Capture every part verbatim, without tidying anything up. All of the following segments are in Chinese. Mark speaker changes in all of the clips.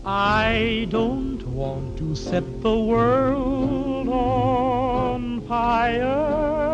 Speaker 1: I don't want to set the world on fire.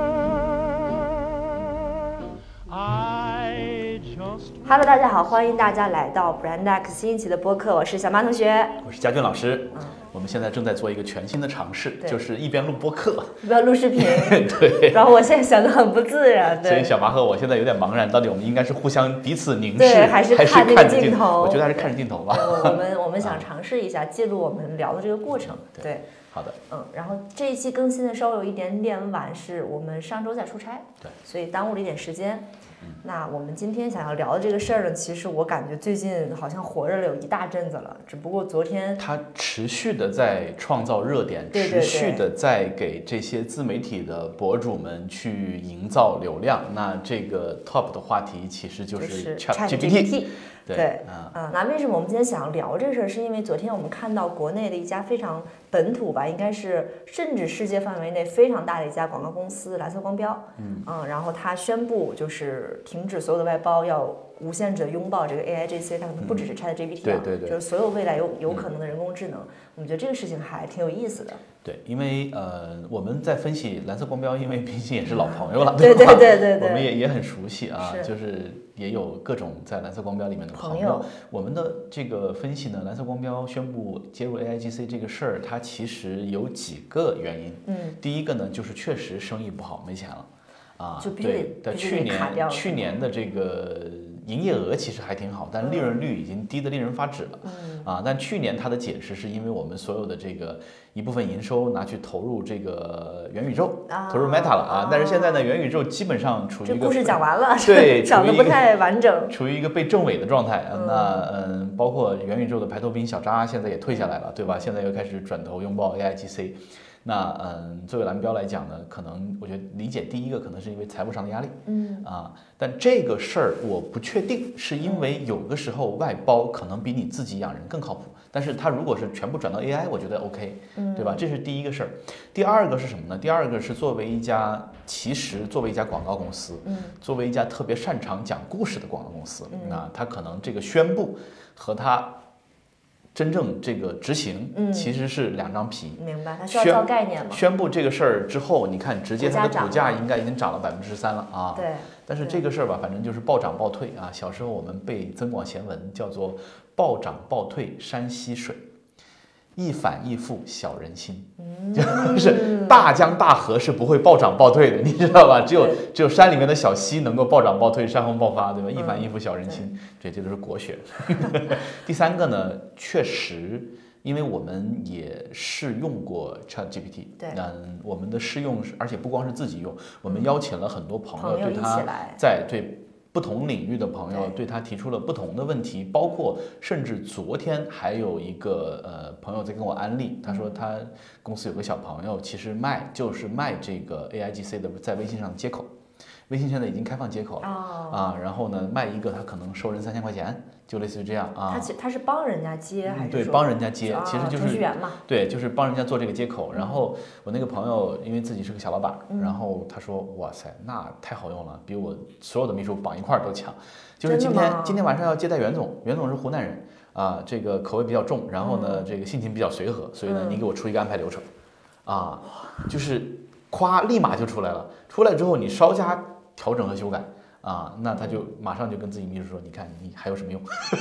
Speaker 1: I just
Speaker 2: Hello， 大家好，欢迎大家来到 Brand X 新一期的播客，我是小马同学，
Speaker 3: 我是佳俊老师。嗯，我们现在正在做一个全新的尝试，就是一边录播客，
Speaker 2: 一边录视频。
Speaker 3: 对。
Speaker 2: 然后我现在想得很不自然，对。
Speaker 3: 所以小马和我现在有点茫然，到底我们应该是互相彼此凝视，
Speaker 2: 对，还是看这个镜头？
Speaker 3: 我觉得还是看着镜头吧。
Speaker 2: 我们我们想尝试一下记录我们聊的这个过程，对。对
Speaker 3: 好的，
Speaker 2: 嗯，然后这一期更新的稍微有一点点晚，是我们上周在出差，
Speaker 3: 对，
Speaker 2: 所以耽误了一点时间。嗯、那我们今天想要聊的这个事儿呢，其实我感觉最近好像火热了有一大阵子了，只不过昨天
Speaker 3: 它持续的在创造热点，
Speaker 2: 对对对，
Speaker 3: 持续的在给这些自媒体的博主们去营造流量。那这个 top 的话题其实就是 ChatGPT。
Speaker 2: 对，对嗯、呃，那为什么我们今天想要聊这事儿？是因为昨天我们看到国内的一家非常本土吧，应该是甚至世界范围内非常大的一家广告公司蓝色光标，嗯嗯，然后它宣布就是停止所有的外包，要无限制拥抱这个 A I G C， 它可能不只是 ChatGPT，、嗯、
Speaker 3: 对对对，
Speaker 2: 就是所有未来有有可能的人工智能、嗯，我们觉得这个事情还挺有意思的。
Speaker 3: 对，因为呃，我们在分析蓝色光标，因为毕竟也是老朋友了，
Speaker 2: 对对对对对，
Speaker 3: 我们也也很熟悉啊，是就是也有各种在蓝色光标里面的朋友。
Speaker 2: 朋友
Speaker 3: 我们的这个分析呢，蓝色光标宣布接入 A I G C 这个事儿，它其实有几个原因。嗯，第一个呢，就是确实生意不好，没钱了啊。
Speaker 2: 就必须得
Speaker 3: 对，去年去年的这个营业额其实还挺好，但利润率已经低得令人发指了。嗯啊，但去年它的解释是因为我们所有的这个一部分营收拿去投入这个元宇宙，啊、投入 Meta 了啊。但是现在呢，元宇宙基本上处于一个
Speaker 2: 这故事讲完了，
Speaker 3: 对，
Speaker 2: 讲的不太完整，
Speaker 3: 处于一个被证伪的状态。嗯、那嗯，包括元宇宙的排头兵小扎现在也退下来了，对吧？现在又开始转头拥抱 A I G C。那嗯，作为蓝标来讲呢，可能我觉得理解第一个可能是因为财务上的压力，嗯啊，但这个事儿我不确定，是因为有的时候外包可能比你自己养人更靠谱，但是它如果是全部转到 A I， 我觉得 OK， 对吧？这是第一个事儿。第二个是什么呢？第二个是作为一家其实作为一家广告公司，嗯，作为一家特别擅长讲故事的广告公司，嗯、那它可能这个宣布和它真正这个执行其实是两张皮，
Speaker 2: 嗯、明白？它需要造概念嘛？
Speaker 3: 宣布这个事儿之后，你看直接它的股价应该已经涨了百分之十三了啊。
Speaker 2: 对。
Speaker 3: 但是这个事儿吧，反正就是暴涨暴退啊。小时候我们背《增广贤文》叫做“暴涨暴退山溪水，一反一复小人心”，嗯、就是大江大河是不会暴涨暴退的，你知道吧？只有只有山里面的小溪能够暴涨暴退，山洪爆发，对吧？一反一复小人心，对，这都是国学。第三个呢，确实，因为我们也试用过 ChatGPT，
Speaker 2: 对，
Speaker 3: 嗯，我们的试用是，而且不光是自己用，我们邀请了很多朋友对他
Speaker 2: 来
Speaker 3: 在对。不同领域的朋友对他提出了不同的问题，包括甚至昨天还有一个呃朋友在跟我安利，他说他公司有个小朋友，其实卖就是卖这个 A I G C 的在微信上的接口，微信现在已经开放接口了、oh. 啊，然后呢卖一个他可能收人三千块钱，就类似于这样啊。
Speaker 2: 他他是帮人家接还是、嗯、
Speaker 3: 对，帮人家接，
Speaker 2: 啊、
Speaker 3: 其实就是
Speaker 2: 程序员嘛。
Speaker 3: 对，就是帮人家做这个接口。然后我那个朋友因为自己是个小老板，嗯、然后他说哇塞，那太好用了，比我所有的秘书绑一块儿都强。就是今天今天晚上要接待袁总，袁总是湖南人啊，这个口味比较重，然后呢、嗯、这个性情比较随和，所以呢、嗯、你给我出一个安排流程，啊，就是夸立马就出来了。出来之后你稍加调整和修改啊，那他就马上就跟自己秘书说，你看你还有什么用？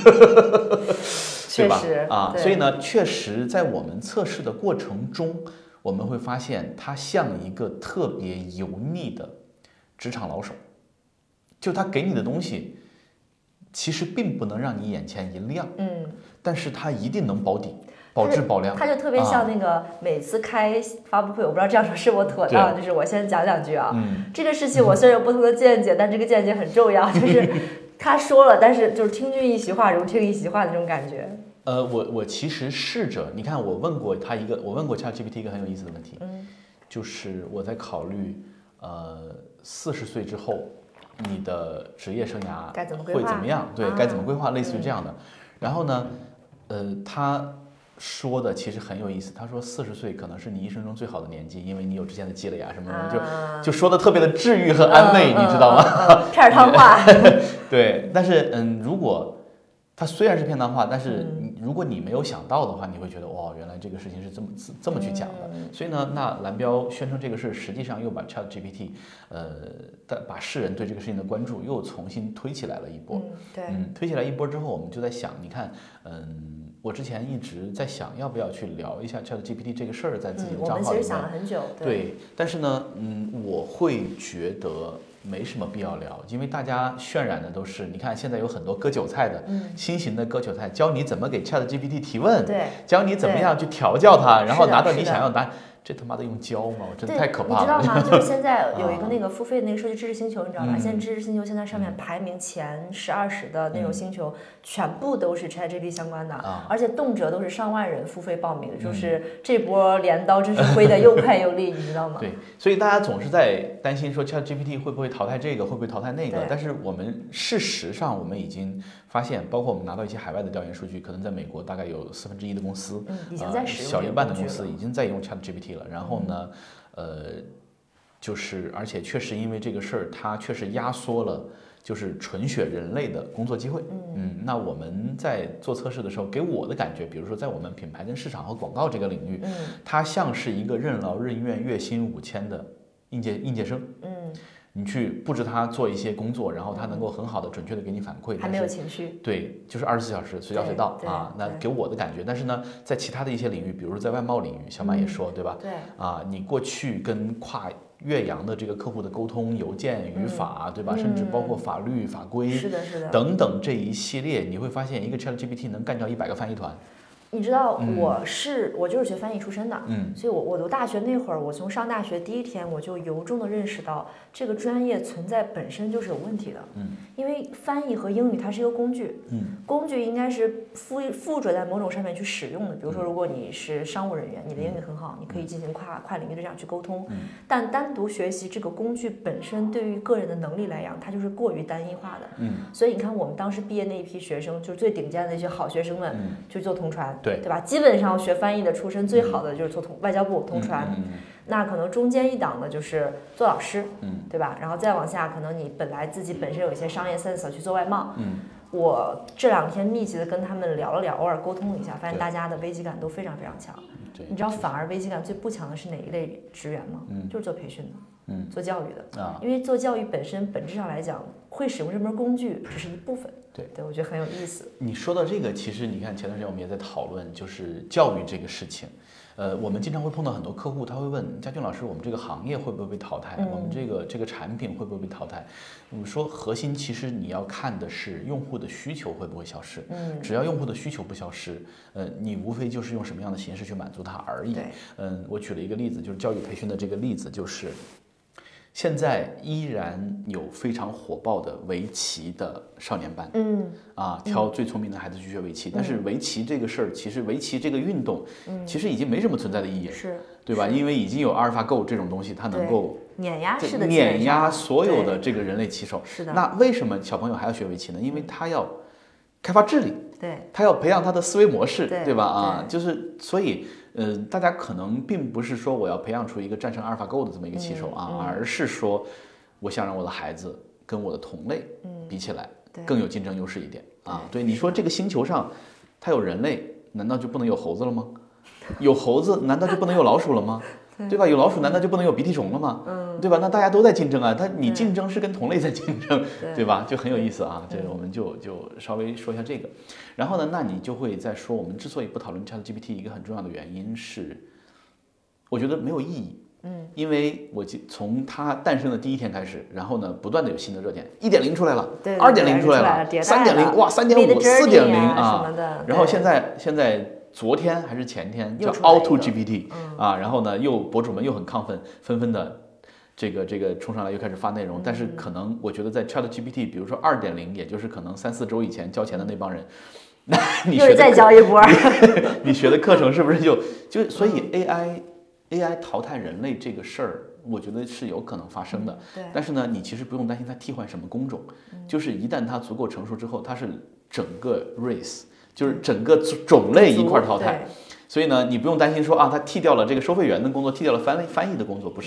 Speaker 3: 对吧？啊，所以呢，确实在我们测试的过程中，我们会发现它像一个特别油腻的职场老手，就他给你的东西，其实并不能让你眼前一亮，嗯，但是它一定能保底。保质保量，
Speaker 2: 它就特别像那个每次开发布会，啊、我不知道这样说是否妥当，就是我先讲两句啊。嗯、这个事情我虽然有不同的见解，嗯、但这个见解很重要，就是他说了，但是就是听君一席话，如听一席话的这种感觉。
Speaker 3: 呃，我我其实试着，你看，我问过他一个，我问过 ChatGPT 一个很有意思的问题，嗯，就是我在考虑，呃，四十岁之后你的职业生涯会怎么样？对，该怎么规划？类似于这样的。嗯、然后呢，呃，他。说的其实很有意思，他说四十岁可能是你一生中最好的年纪，因为你有之前的积累啊什么的，啊、就就说的特别的治愈和安慰，嗯、你知道吗？
Speaker 2: 片儿汤话。
Speaker 3: 对，但是嗯，如果它虽然是片段化，但是如果你没有想到的话，你会觉得哇，原来这个事情是这么这么去讲的。所以呢，那蓝标宣称这个事，实际上又把 ChatGPT， 呃，把世人对这个事情的关注又重新推起来了一波。
Speaker 2: 嗯，对，
Speaker 3: 嗯，推起来一波之后，我们就在想，你看，嗯，我之前一直在想，要不要去聊一下 ChatGPT 这个事儿，在自己的账号里面。
Speaker 2: 嗯，我们其实想了很久。对，
Speaker 3: 对，但是呢，嗯，我会觉得没什么必要聊，因为大家渲染的都是，你看现在有很多割韭菜的，
Speaker 2: 嗯，
Speaker 3: 新型的割韭菜，教你怎么给 ChatGPT 提问，
Speaker 2: 对，
Speaker 3: 教你怎么样去调教它，然后拿到
Speaker 2: 是的
Speaker 3: 你想要的答案。这他妈的用教吗？我真的太可怕了。
Speaker 2: 你知道吗？就是现在有一个那个付费的那个数据知识星球，你知道吧？
Speaker 3: 嗯、
Speaker 2: 现在知识星球现在上面排名前十二十的那种星球，嗯、全部都是 ChatGPT 相关的，
Speaker 3: 啊、
Speaker 2: 而且动辄都是上万人付费报名，嗯、就是这波镰刀真是挥得又快又利，你知道吗？
Speaker 3: 对，所以大家总是在担心说 ChatGPT 会不会淘汰这个，会不会淘汰那个？但是我们事实上我们已经发现，包括我们拿到一些海外的调研数据，可能在美国大概有四分之一的公司，
Speaker 2: 嗯，已经在使用、
Speaker 3: 呃、小一半的公司已经在用 ChatGPT 了。然后呢？呃，就是，而且确实因为这个事儿，它确实压缩了就是纯血人类的工作机会。
Speaker 2: 嗯,
Speaker 3: 嗯，那我们在做测试的时候，给我的感觉，比如说在我们品牌跟市场和广告这个领域，
Speaker 2: 嗯，
Speaker 3: 它像是一个任劳任怨、月薪五千的应届应届生。
Speaker 2: 嗯。
Speaker 3: 你去布置他做一些工作，然后他能够很好的、准确的给你反馈，
Speaker 2: 还没有情绪。
Speaker 3: 对，就是二十四小时随叫随到啊。那给我的感觉，但是呢，在其他的一些领域，比如说在外贸领域，小马也说，
Speaker 2: 嗯、
Speaker 3: 对吧？
Speaker 2: 对。
Speaker 3: 啊，你过去跟跨越洋的这个客户的沟通、邮件、语法，
Speaker 2: 嗯、
Speaker 3: 对吧？甚至包括法律法规，
Speaker 2: 是的，是的，
Speaker 3: 等等这一系列，你会发现一个 ChatGPT 能干掉一百个翻译团。
Speaker 2: 你知道我是、嗯、我就是学翻译出身的，
Speaker 3: 嗯，
Speaker 2: 所以我我读大学那会儿，我从上大学第一天我就由衷的认识到这个专业存在本身就是有问题的，
Speaker 3: 嗯，
Speaker 2: 因为翻译和英语它是一个工具，
Speaker 3: 嗯，
Speaker 2: 工具应该是附附着在某种上面去使用的，比如说如果你是商务人员，你的英语很好，你可以进行跨跨领域的这样去沟通，
Speaker 3: 嗯，
Speaker 2: 但单独学习这个工具本身对于个人的能力来讲，它就是过于单一化的，
Speaker 3: 嗯，
Speaker 2: 所以你看我们当时毕业那一批学生，就是最顶尖的那些好学生们，
Speaker 3: 嗯，
Speaker 2: 就做同传，
Speaker 3: 对
Speaker 2: 对吧？基本上学翻译的出身最好的就是做同外交部同传，
Speaker 3: 嗯嗯嗯、
Speaker 2: 那可能中间一档的就是做老师，
Speaker 3: 嗯，
Speaker 2: 对吧？然后再往下，可能你本来自己本身有一些商业 sense 去做外贸，
Speaker 3: 嗯，
Speaker 2: 我这两天密集的跟他们聊了聊，偶尔沟通了一下，发现大家的危机感都非常非常强。你知道反而危机感最不强的是哪一类职员吗？
Speaker 3: 嗯，
Speaker 2: 就是做培训的，
Speaker 3: 嗯，
Speaker 2: 做教育的
Speaker 3: 啊，
Speaker 2: 因为做教育本身本质上来讲，会使用这门工具只是一部分。
Speaker 3: 对，
Speaker 2: 对，我觉得很有意思。
Speaker 3: 你说到这个，其实你看前段时间我们也在讨论，就是教育这个事情。呃，我们经常会碰到很多客户，他会问佳俊老师，我们这个行业会不会被淘汰？
Speaker 2: 嗯、
Speaker 3: 我们这个这个产品会不会被淘汰？我们说核心其实你要看的是用户的需求会不会消失。
Speaker 2: 嗯，
Speaker 3: 只要用户的需求不消失，呃，你无非就是用什么样的形式去满足它而已。
Speaker 2: 对，
Speaker 3: 嗯，我举了一个例子，就是教育培训的这个例子，就是现在依然有非常火爆的围棋的少年班，
Speaker 2: 嗯，
Speaker 3: 啊，挑最聪明的孩子去学围棋。嗯、但是围棋这个事儿，其实围棋这个运动，嗯，其实已经没什么存在的意义，
Speaker 2: 是，
Speaker 3: 对吧？因为已经有阿尔法 Go 这种东西，它能够
Speaker 2: 碾压式的
Speaker 3: 碾压所有的这个人类棋手。
Speaker 2: 是的。
Speaker 3: 那为什么小朋友还要学围棋呢？因为他要开发智力，
Speaker 2: 对，
Speaker 3: 他要培养他的思维模式，
Speaker 2: 对，
Speaker 3: 对吧？啊，就是所以。呃，大家可能并不是说我要培养出一个战胜阿尔法 Go 的这么一个棋手啊，
Speaker 2: 嗯嗯、
Speaker 3: 而是说，我想让我的孩子跟我的同类比起来更有竞争优势一点啊。对，你说这个星球上，它有人类，难道就不能有猴子了吗？有猴子，难道就不能有老鼠了吗？对吧？有老鼠，难道就不能有鼻涕虫了吗？嗯，对吧？那大家都在竞争啊，他你竞争是跟同类在竞争，对, 对吧？就很有意思啊。这个我们就就稍微说一下这个，然后呢，那你就会在说，我们之所以不讨论 ChatGPT 一个很重要的原因是，我觉得没有意义。嗯，因为我从它诞生的第一天开始，然后呢，不断的有新的热点，一点零出来了，二点零出来了，三点零哇，三点五、四点零啊，然后现在现在。昨天还是前天叫 Auto G P T、嗯、啊，然后呢，又博主们又很亢奋，纷纷的这个这个冲上来又开始发内容。嗯、但是可能我觉得在 Chat G P T， 比如说二点零，也就是可能三四周以前交钱的那帮人，那你学的
Speaker 2: 再交一波，
Speaker 3: 你学的课程是不是就就所以 A I、嗯、A I 淘汰人类这个事儿，我觉得是有可能发生的。
Speaker 2: 嗯、对。
Speaker 3: 但是呢，你其实不用担心它替换什么工种，嗯、就是一旦它足够成熟之后，它是整个 race。就是整个种类一块淘汰，所以呢，你不用担心说啊，他替掉了这个收费员的工作，替掉了翻译翻译的工作，不是的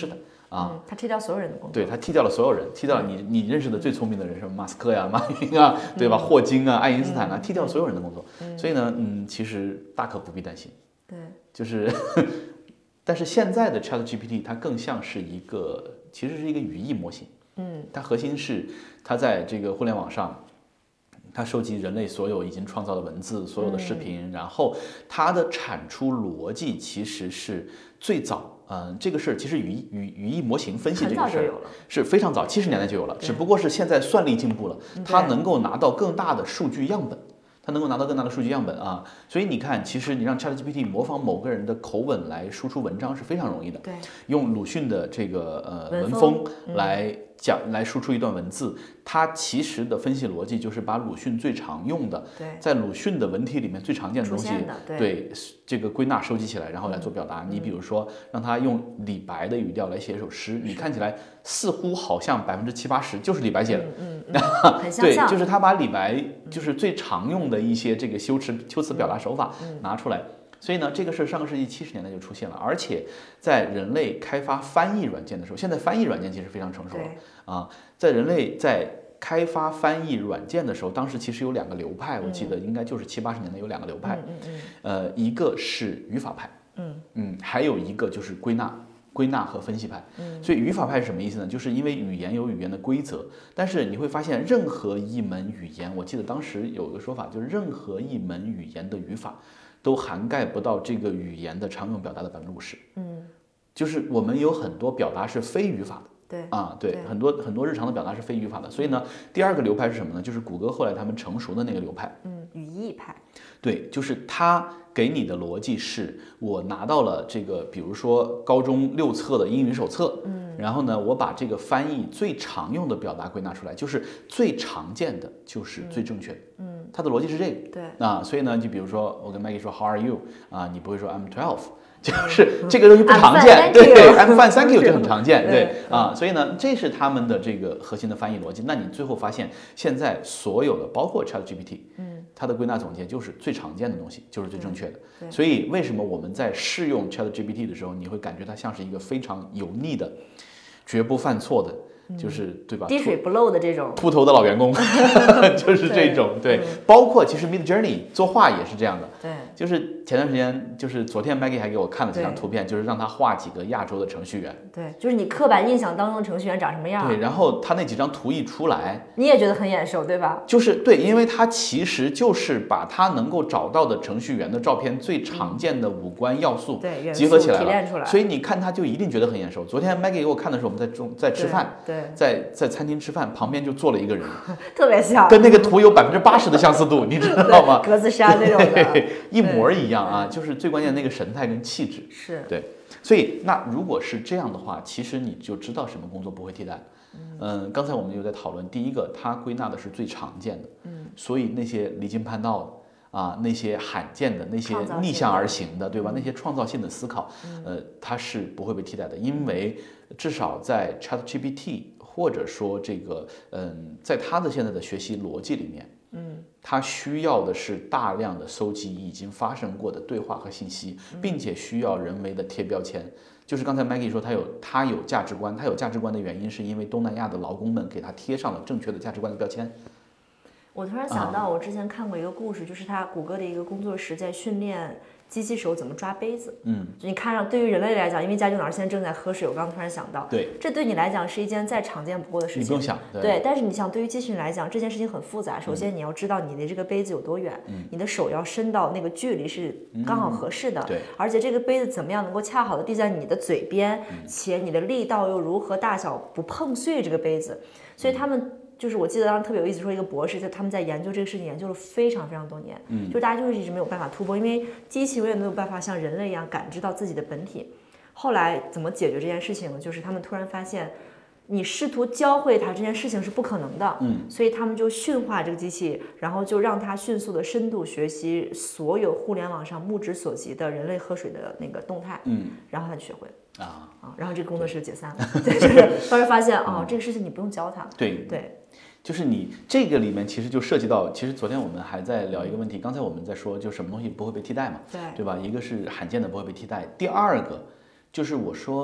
Speaker 3: 啊，
Speaker 2: 嗯，他替掉所有人的工作，
Speaker 3: 对他替掉了所有人，替掉了你你认识的最聪明的人，什么马斯克呀、马云啊，对吧？霍金啊、爱因斯坦啊，替掉了所有人的工作。所以呢，嗯，其实大可不必担心。
Speaker 2: 对，
Speaker 3: 就是，但是现在的 ChatGPT 它更像是一个，其实是一个语义模型。嗯，它核心是它在这个互联网上。它收集人类所有已经创造的文字、所有的视频，嗯、然后它的产出逻辑其实是最早，嗯、呃，这个事儿其实语义语语义模型分析这个事儿是非常早，七十年代就有了，只不过是现在算力进步了，它能够拿到更大的数据样本。它能够拿到更大的数据样本啊，所以你看，其实你让 ChatGPT 模仿某个人的口吻来输出文章是非常容易的。
Speaker 2: 对，
Speaker 3: 用鲁迅的这个呃文风来讲、嗯、来输出一段文字，它其实的分析逻辑就是把鲁迅最常用的，在鲁迅的文体里面最常见的东西，
Speaker 2: 对,
Speaker 3: 对这个归纳收集起来，然后来做表达。嗯、你比如说，让他用李白的语调来写一首诗，你看起来似乎好像百分之七八十就是李白写的，
Speaker 2: 嗯嗯嗯、很像
Speaker 3: 对，就是他把李白就是最常用的一些这个修辞修辞表达手法拿出来。所以呢，这个是上个世纪七十年代就出现了，而且在人类开发翻译软件的时候，现在翻译软件其实非常成熟了啊。在人类在开发翻译软件的时候，当时其实有两个流派，我记得应该就是七八十年代有两个流派，
Speaker 2: 嗯嗯
Speaker 3: 呃，一个是语法派，
Speaker 2: 嗯
Speaker 3: 嗯，还有一个就是归纳。归纳和分析派，所以语法派是什么意思呢？就是因为语言有语言的规则，但是你会发现任何一门语言，我记得当时有个说法，就是任何一门语言的语法都涵盖不到这个语言的常用表达的百分之五十。
Speaker 2: 嗯，
Speaker 3: 就是我们有很多表达是非语法的。
Speaker 2: 对
Speaker 3: 啊，对，很多很多日常的表达是非语法的，所以呢，第二个流派是什么呢？就是谷歌后来他们成熟的那个流派，
Speaker 2: 嗯，语义派。
Speaker 3: 对，就是他给你的逻辑是，我拿到了这个，比如说高中六册的英语手册，嗯，然后呢，我把这个翻译最常用的表达归纳出来，就是最常见的就是最正确的，嗯，他的逻辑是这个，
Speaker 2: 对，
Speaker 3: 啊，所以呢，就比如说我跟 Maggie 说 How are you 啊，你不会说 I'm twelve。就是这个东西不常见，对 ，I'm fine, thank you 就很常见，对啊，所以呢，这是他们的这个核心的翻译逻辑。那你最后发现，现在所有的，包括 ChatGPT， 嗯，它的归纳总结就是最常见的东西，就是最正确的。所以为什么我们在试用 ChatGPT 的时候，你会感觉它像是一个非常油腻的、绝不犯错的。就是对吧？
Speaker 2: 滴水不漏的这种
Speaker 3: 秃头的老员工，就是这种对。包括其实 Mid Journey 作画也是这样的，
Speaker 2: 对。
Speaker 3: 就是前段时间，就是昨天 Maggie 还给我看了几张图片，就是让他画几个亚洲的程序员。
Speaker 2: 对，就是你刻板印象当中的程序员长什么样？
Speaker 3: 对，然后他那几张图一出来，
Speaker 2: 你也觉得很眼熟，对吧？
Speaker 3: 就是对，因为他其实就是把他能够找到的程序员的照片最常见的五官要素
Speaker 2: 对
Speaker 3: 集合起来
Speaker 2: 了，出来
Speaker 3: 所以你看他就一定觉得很眼熟。昨天 Maggie 给我看的时候，我们在中在吃饭，
Speaker 2: 对。对
Speaker 3: 在在餐厅吃饭，旁边就坐了一个人，
Speaker 2: 特别像，
Speaker 3: 跟那个图有百分之八十的相似度，你知道吗？
Speaker 2: 格子衫那种的，
Speaker 3: 一模一样啊！就是最关键的那个神态跟气质，
Speaker 2: 是
Speaker 3: 对。所以那如果是这样的话，其实你就知道什么工作不会替代。嗯，刚才我们又在讨论，第一个，它归纳的是最常见的，嗯，所以那些离经叛道的。啊，那些罕见的、那些逆向而行的，对吧？那些创造性的思考，呃，它是不会被替代的，因为至少在 ChatGPT 或者说这个，嗯，在它的现在的学习逻辑里面，嗯，它需要的是大量的搜集已经发生过的对话和信息，并且需要人为的贴标签。就是刚才 Maggie 说，他有他有价值观，他有价值观的原因是因为东南亚的劳工们给他贴上了正确的价值观的标签。
Speaker 2: 我突然想到，我之前看过一个故事，就是他谷歌的一个工作室在训练机器手怎么抓杯子。嗯，就你看上，对于人类来讲，因为家俊老师现在正在喝水，我刚刚突然想到，
Speaker 3: 对，
Speaker 2: 这对你来讲是一件再常见不过的事情，
Speaker 3: 你不用想，
Speaker 2: 对。对，但是你想，对于机器人来讲，这件事情很复杂。首先，你要知道你的这个杯子有多远，嗯、你的手要伸到那个距离是刚好合适的，
Speaker 3: 嗯、对。
Speaker 2: 而且这个杯子怎么样能够恰好的递在你的嘴边，嗯、且你的力道又如何大小不碰碎这个杯子，所以他们。就是我记得当时特别有意思，说一个博士，就他们在研究这个事情，研究了非常非常多年，嗯，就大家就是一直没有办法突破，因为机器永远没有办法像人类一样感知到自己的本体。后来怎么解决这件事情呢？就是他们突然发现，你试图教会它这件事情是不可能的，嗯，所以他们就驯化这个机器，然后就让它迅速的深度学习所有互联网上目之所及的人类喝水的那个动态，嗯，然后他就学会了。啊啊！然后这个工作室解散了，就是当时发现哦，这个事情你不用教他。
Speaker 3: 对
Speaker 2: 对，
Speaker 3: 就是你这个里面其实就涉及到，其实昨天我们还在聊一个问题，刚才我们在说就什么东西不会被替代嘛，
Speaker 2: 对
Speaker 3: 对吧？一个是罕见的不会被替代，第二个就是我说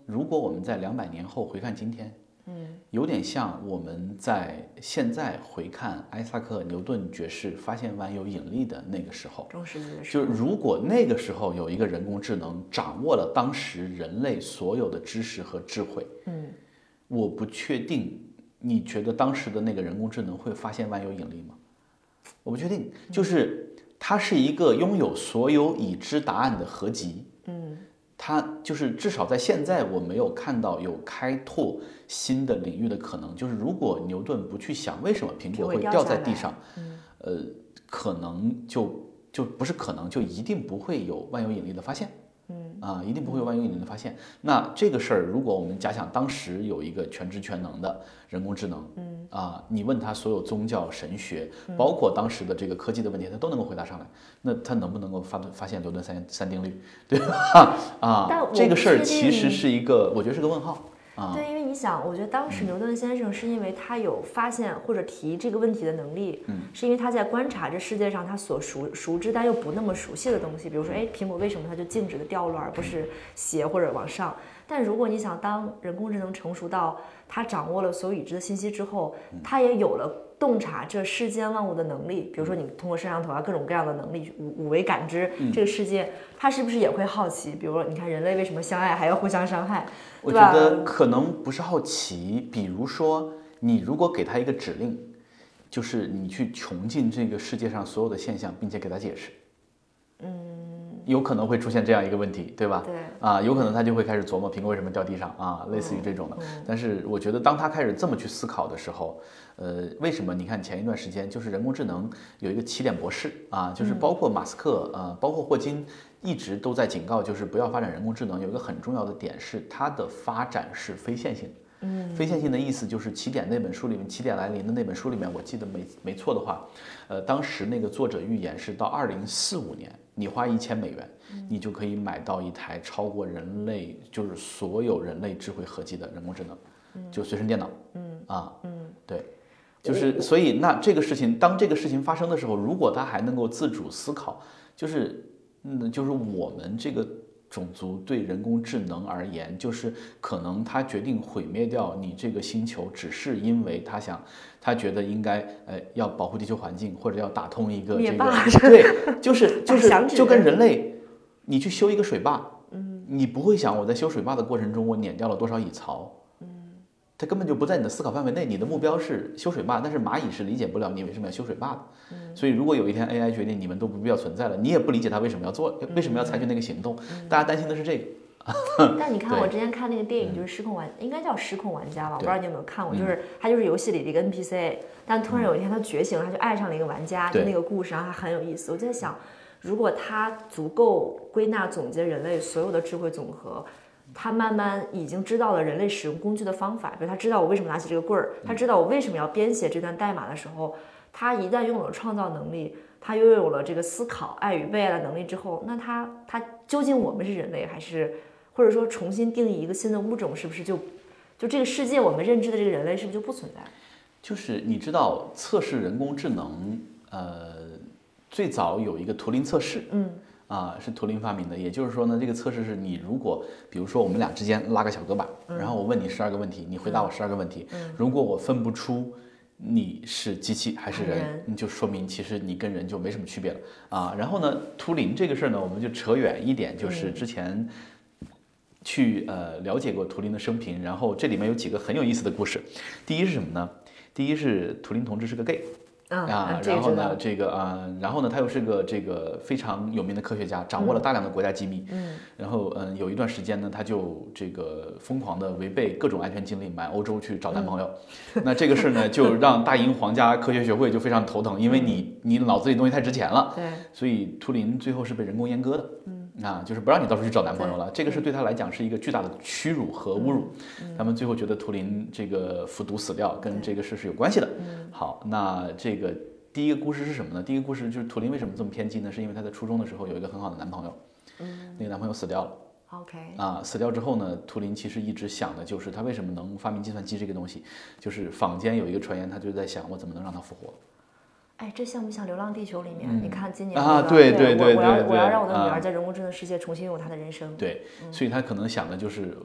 Speaker 3: 如果我们在两百年后回看今天，嗯，有点像我们在现在回看艾萨克·牛顿爵士发现万有引力的那个时候，
Speaker 2: 中世纪的时候，
Speaker 3: 就如果那个时候有一个人工智能掌握了当时人类所有的知识和智慧，嗯，我不确定，你觉得当时的那个人工智能会发现万有引力吗？我不确定，就是它是一个拥有所有已知答案的合集，嗯。它就是至少在现在，我没有看到有开拓新的领域的可能。就是如果牛顿不去想为什么苹果会掉在地上，呃，可能就就不是可能，就一定不会有万有引力的发现。嗯啊，一定不会有万有引力的发现。那这个事儿，如果我们假想当时有一个全知全能的人工智能，嗯啊，你问他所有宗教、神学，包括当时的这个科技的问题，他都能够回答上来。那他能不能够发发现牛顿三三定律，对吧？啊，这个事儿其实是一个，我觉得是个问号。啊、
Speaker 2: 对，因为你想，我觉得当时牛顿先生是因为他有发现或者提这个问题的能力，嗯，是因为他在观察这世界上他所熟熟知但又不那么熟悉的东西，比如说，哎，苹果为什么它就静止的掉落而不是斜或者往上？但如果你想，当人工智能成熟到他掌握了所有已知的信息之后，他也有了洞察这世间万物的能力，比如说你通过摄像头啊各种各样的能力，五五维感知这个世界，他是不是也会好奇？比如说，你看人类为什么相爱还要互相伤害？
Speaker 3: 我觉得可能不是好奇，比如说你如果给他一个指令，就是你去穷尽这个世界上所有的现象，并且给他解释，嗯，有可能会出现这样一个问题，对吧？
Speaker 2: 对
Speaker 3: 啊，有可能他就会开始琢磨苹果为什么掉地上啊，类似于这种的。
Speaker 2: 嗯、
Speaker 3: 但是我觉得当他开始这么去思考的时候，呃，为什么？你看前一段时间就是人工智能有一个起点博士啊，就是包括马斯克，呃，包括霍金。一直都在警告，就是不要发展人工智能。有一个很重要的点是，它的发展是非线性。嗯，非线性的意思就是《起点》那本书里面，《起点来临》的那本书里面，我记得没没错的话，呃，当时那个作者预言是到二零四五年，你花一千美元，你就可以买到一台超过人类就是所有人类智慧合集的人工智能，就随身电脑。嗯啊，嗯，对。就是所以，那这个事情，当这个事情发生的时候，如果它还能够自主思考，就是。嗯，就是我们这个种族对人工智能而言，就是可能他决定毁灭掉你这个星球，只是因为他想，他觉得应该呃要保护地球环境，或者要打通一个这个，对，就是就是就跟人类，你去修一个水坝，嗯，你不会想我在修水坝的过程中我碾掉了多少蚁槽。它根本就不在你的思考范围内，你的目标是修水坝，但是蚂蚁是理解不了你为什么要修水坝的。嗯、所以如果有一天 A I 决定你们都不必要存在了，你也不理解它为什么要做，为什么要采取那个行动，嗯、大家担心的是这个。
Speaker 2: 但你看，我之前看那个电影就是《失控玩》，应该叫《失控玩家》吧？我不知道你有没有看过，就是他就是游戏里的一个 N P C， 但突然有一天他觉醒了，他就爱上了一个玩家，就那个故事，然后他很有意思。我就在想，如果他足够归纳总结人类所有的智慧总和。他慢慢已经知道了人类使用工具的方法，比如他知道我为什么拿起这个棍儿，他知道我为什么要编写这段代码的时候，他一旦拥有了创造能力，他又有了这个思考、爱与被爱的能力之后，那他他究竟我们是人类，还是或者说重新定义一个新的物种，是不是就就这个世界我们认知的这个人类是不是就不存在？
Speaker 3: 就是你知道测试人工智能，呃，最早有一个图灵测试，嗯。啊，是图灵发明的，也就是说呢，这个测试是你如果，比如说我们俩之间拉个小胳膊，嗯、然后我问你十二个问题，你回答我十二个问题，嗯、如果我分不出你是机器还是人，你就说明其实你跟人就没什么区别了啊。然后呢，图灵这个事儿呢，我们就扯远一点，就是之前去呃了解过图灵的生平，然后这里面有几个很有意思的故事。第一是什么呢？第一是图灵同志是个 gay。啊，然后呢，这个啊，然后呢，他又是个这个非常有名的科学家，掌握了大量的国家机密。嗯，然后嗯，有一段时间呢，他就这个疯狂的违背各种安全禁令，满欧洲去找男朋友。嗯、那这个事呢，就让大英皇家科学学会就非常头疼，因为你你脑子里东西太值钱了。对，所以图灵最后是被人工阉割的。嗯。啊，就是不让你到处去找男朋友了，这个是对他来讲是一个巨大的屈辱和侮辱。嗯、他们最后觉得图灵这个服毒死掉跟这个事是有关系的。嗯、好，那这个第一个故事是什么呢？第一个故事就是图灵为什么这么偏激呢？是因为她在初中的时候有一个很好的男朋友，嗯，那个男朋友死掉了。
Speaker 2: OK。
Speaker 3: 啊，死掉之后呢，图灵其实一直想的就是他为什么能发明计算机这个东西，就是坊间有一个传言，他就在想我怎么能让他复活。
Speaker 2: 哎，这像不像《流浪地球》里面？嗯、你看今年、那
Speaker 3: 个、啊，
Speaker 2: 对
Speaker 3: 对对对，
Speaker 2: 我要我要让我的女儿在人工智能世界重新拥有她的人生。
Speaker 3: 对，嗯、所以他可能想的就是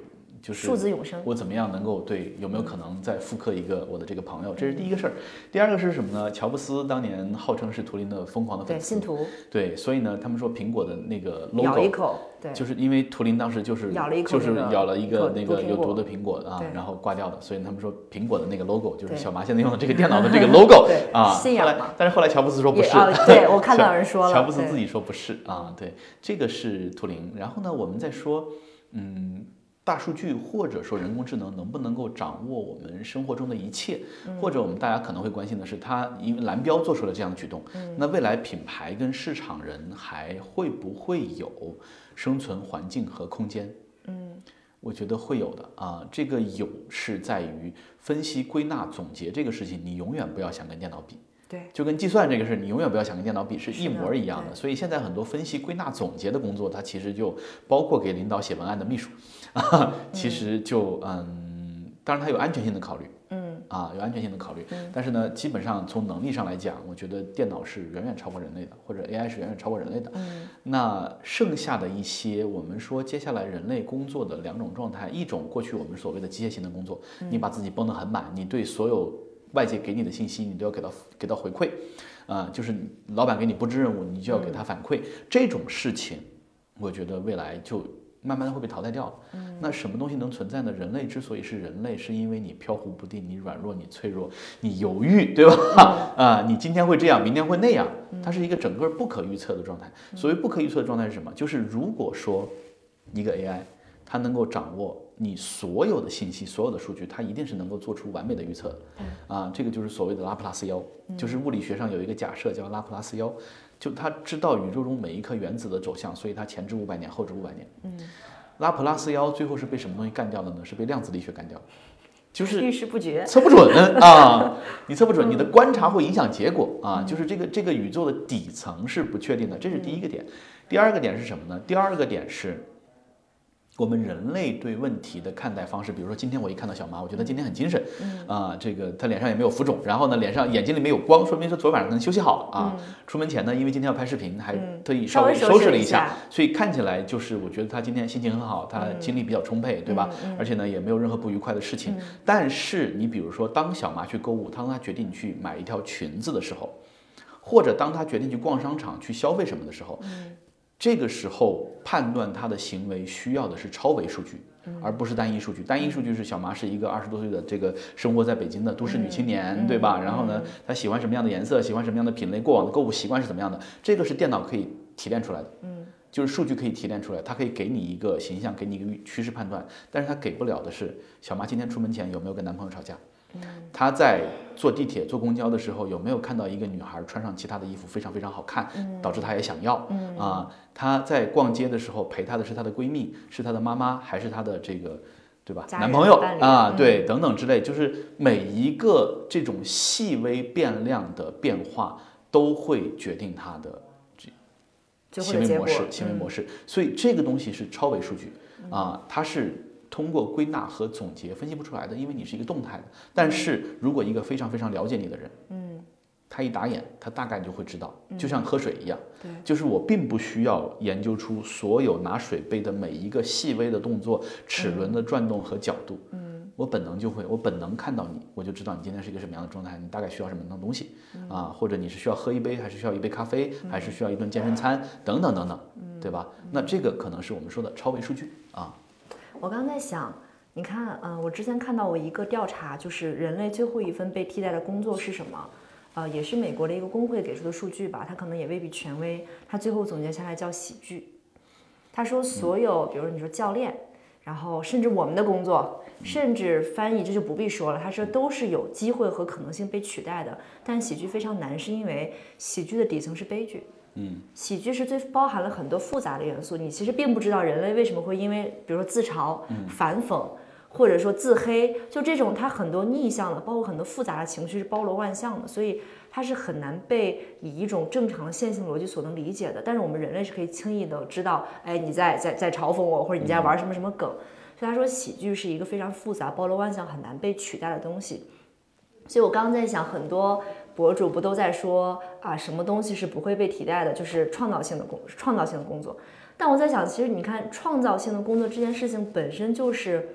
Speaker 3: 就是
Speaker 2: 数字永生，
Speaker 3: 我怎么样能够对有没有可能再复刻一个我的这个朋友，这是第一个事儿。第二个是什么呢？乔布斯当年号称是图灵的疯狂的粉丝，
Speaker 2: 对信徒，
Speaker 3: 对，所以呢，他们说苹果的那个 logo
Speaker 2: 咬一口，对，
Speaker 3: 就是因为图灵当时就是
Speaker 2: 咬了一口、
Speaker 3: 就是咬了一个那个有毒
Speaker 2: 的
Speaker 3: 的苹果啊，然后挂掉的，所以他们说苹果的那个 logo 就是
Speaker 2: 对
Speaker 3: 小麻现在用的这个电脑的这个 logo 啊，
Speaker 2: 信仰嘛。
Speaker 3: 但是后来乔布斯说不是，
Speaker 2: 啊、对我看到有人说了，
Speaker 3: 乔布斯自己说不是啊，对，这个是图灵。然后呢，我们再说，嗯。大数据或者说人工智能能不能够掌握我们生活中的一切，
Speaker 2: 嗯、
Speaker 3: 或者我们大家可能会关心的是，它因为蓝标做出了这样的举动，
Speaker 2: 嗯、
Speaker 3: 那未来品牌跟市场人还会不会有生存环境和空间？嗯，我觉得会有的啊。这个有是在于分析、归纳、总结这个事情，你永远不要想跟电脑比。
Speaker 2: 对，
Speaker 3: 就跟计算这个事，你永远不要想跟电脑比，是一模一样的。所以现在很多分析、归纳、总结的工作，它其实就包括给领导写文案的秘书，啊，其实就嗯，当然它有安全性的考虑，嗯，啊，有安全性的考虑。嗯、但是呢，基本上从能力上来讲，我觉得电脑是远远超过人类的，或者 A I 是远远超过人类的。嗯，那剩下的一些，我们说接下来人类工作的两种状态，一种过去我们所谓的机械性的工作，嗯、你把自己绷得很满，你对所有外界给你的信息，你都要给到给到回馈，啊、呃，就是老板给你布置任务，你就要给他反馈。嗯、这种事情，我觉得未来就慢慢的会被淘汰掉。嗯、那什么东西能存在呢？人类之所以是人类，是因为你飘忽不定，你软弱，你脆弱，你犹豫，对吧？嗯、啊，你今天会这样，明天会那样，它是一个整个不可预测的状态。所谓不可预测的状态是什么？就是如果说一个 A I 它能够掌握你所有的信息、所有的数据，它一定是能够做出完美的预测的。啊，这个就是所谓的拉普拉斯妖，就是物理学上有一个假设叫拉普拉斯妖，就他知道宇宙中每一颗原子的走向，所以它前置五百年，后置五百年。嗯，拉普拉斯妖最后是被什么东西干掉的呢？是被量子力学干掉，就是
Speaker 2: 遇事不决，
Speaker 3: 测不准啊，你测不准，你的观察会影响结果啊，就是这个这个宇宙的底层是不确定的，这是第一个点。第二个点是什么呢？第二个点是我们人类对问题的看待方式，比如说今天我一看到小麻，我觉得今天很精神，啊、嗯呃，这个他脸上也没有浮肿，然后呢，脸上眼睛里没有光，说明说昨晚上可能休息好了啊。嗯、出门前呢，因为今天要拍视频，还特意稍微收拾了一下，嗯、所以看起来就是我觉得他今天心情很好，他精力比较充沛，嗯、对吧？嗯、而且呢，也没有任何不愉快的事情。嗯、但是你比如说，当小麻去购物，当他决定去买一条裙子的时候，或者当他决定去逛商场去消费什么的时候，嗯这个时候判断他的行为需要的是超维数据，而不是单一数据。单一数据是小麻是一个二十多岁的这个生活在北京的都市女青年，嗯、对吧？然后呢，她喜欢什么样的颜色，喜欢什么样的品类，过往的购物习惯是怎么样的？这个是电脑可以提炼出来的，嗯，就是数据可以提炼出来，它可以给你一个形象，给你一个趋势判断。但是它给不了的是小麻今天出门前有没有跟男朋友吵架？他在坐地铁、坐公交的时候，有没有看到一个女孩穿上其他的衣服非常非常好看，导致他也想要？嗯啊，他在逛街的时候陪她的是她的闺蜜，是她的妈妈，还是她的这个，对吧？男朋友啊，对，等等之类，就是每一个这种细微变量的变化，都会决定他的这行为模式、行为模式。所以这个东西是超维数据啊，它是通过归纳和总结分析不出来的，因为你是一个动态的。但是如果一个非常非常了解你的人，嗯，他一打眼，他大概就会知道，就像喝水一样，对，就是我并不需要研究出所有拿水杯的每一个细微的动作、齿轮的转动和角度，嗯，我本能就会，我本能看到你，我就知道你今天是一个什么样的状态，你大概需要什么样的东西，嗯、啊，或者你是需要喝一杯，还是需要一杯咖啡，嗯、还是需要一顿健身餐，等等等等，嗯、对吧？那这个可能是我们说的超维数据啊。
Speaker 2: 我刚才想，你看，嗯、呃，我之前看到过一个调查，就是人类最后一份被替代的工作是什么？呃，也是美国的一个工会给出的数据吧，它可能也未必权威。它最后总结下来叫喜剧。他说，所有，比如你说教练，然后甚至我们的工作，甚至翻译，这就不必说了。他说都是有机会和可能性被取代的，但喜剧非常难，是因为喜剧的底层是悲剧。嗯，喜剧是最包含了很多复杂的元素，你其实并不知道人类为什么会因为，比如说自嘲、反讽，或者说自黑，就这种它很多逆向的，包括很多复杂的情绪是包罗万象的，所以它是很难被以一种正常的线性逻辑所能理解的。但是我们人类是可以轻易的知道，哎，你在在在嘲讽我，或者你在玩什么什么梗。所以他说喜剧是一个非常复杂、包罗万象、很难被取代的东西。所以我刚刚在想，很多博主不都在说啊，什么东西是不会被替代的，就是创造性的工创造性的工作。但我在想，其实你看，创造性的工作这件事情本身就是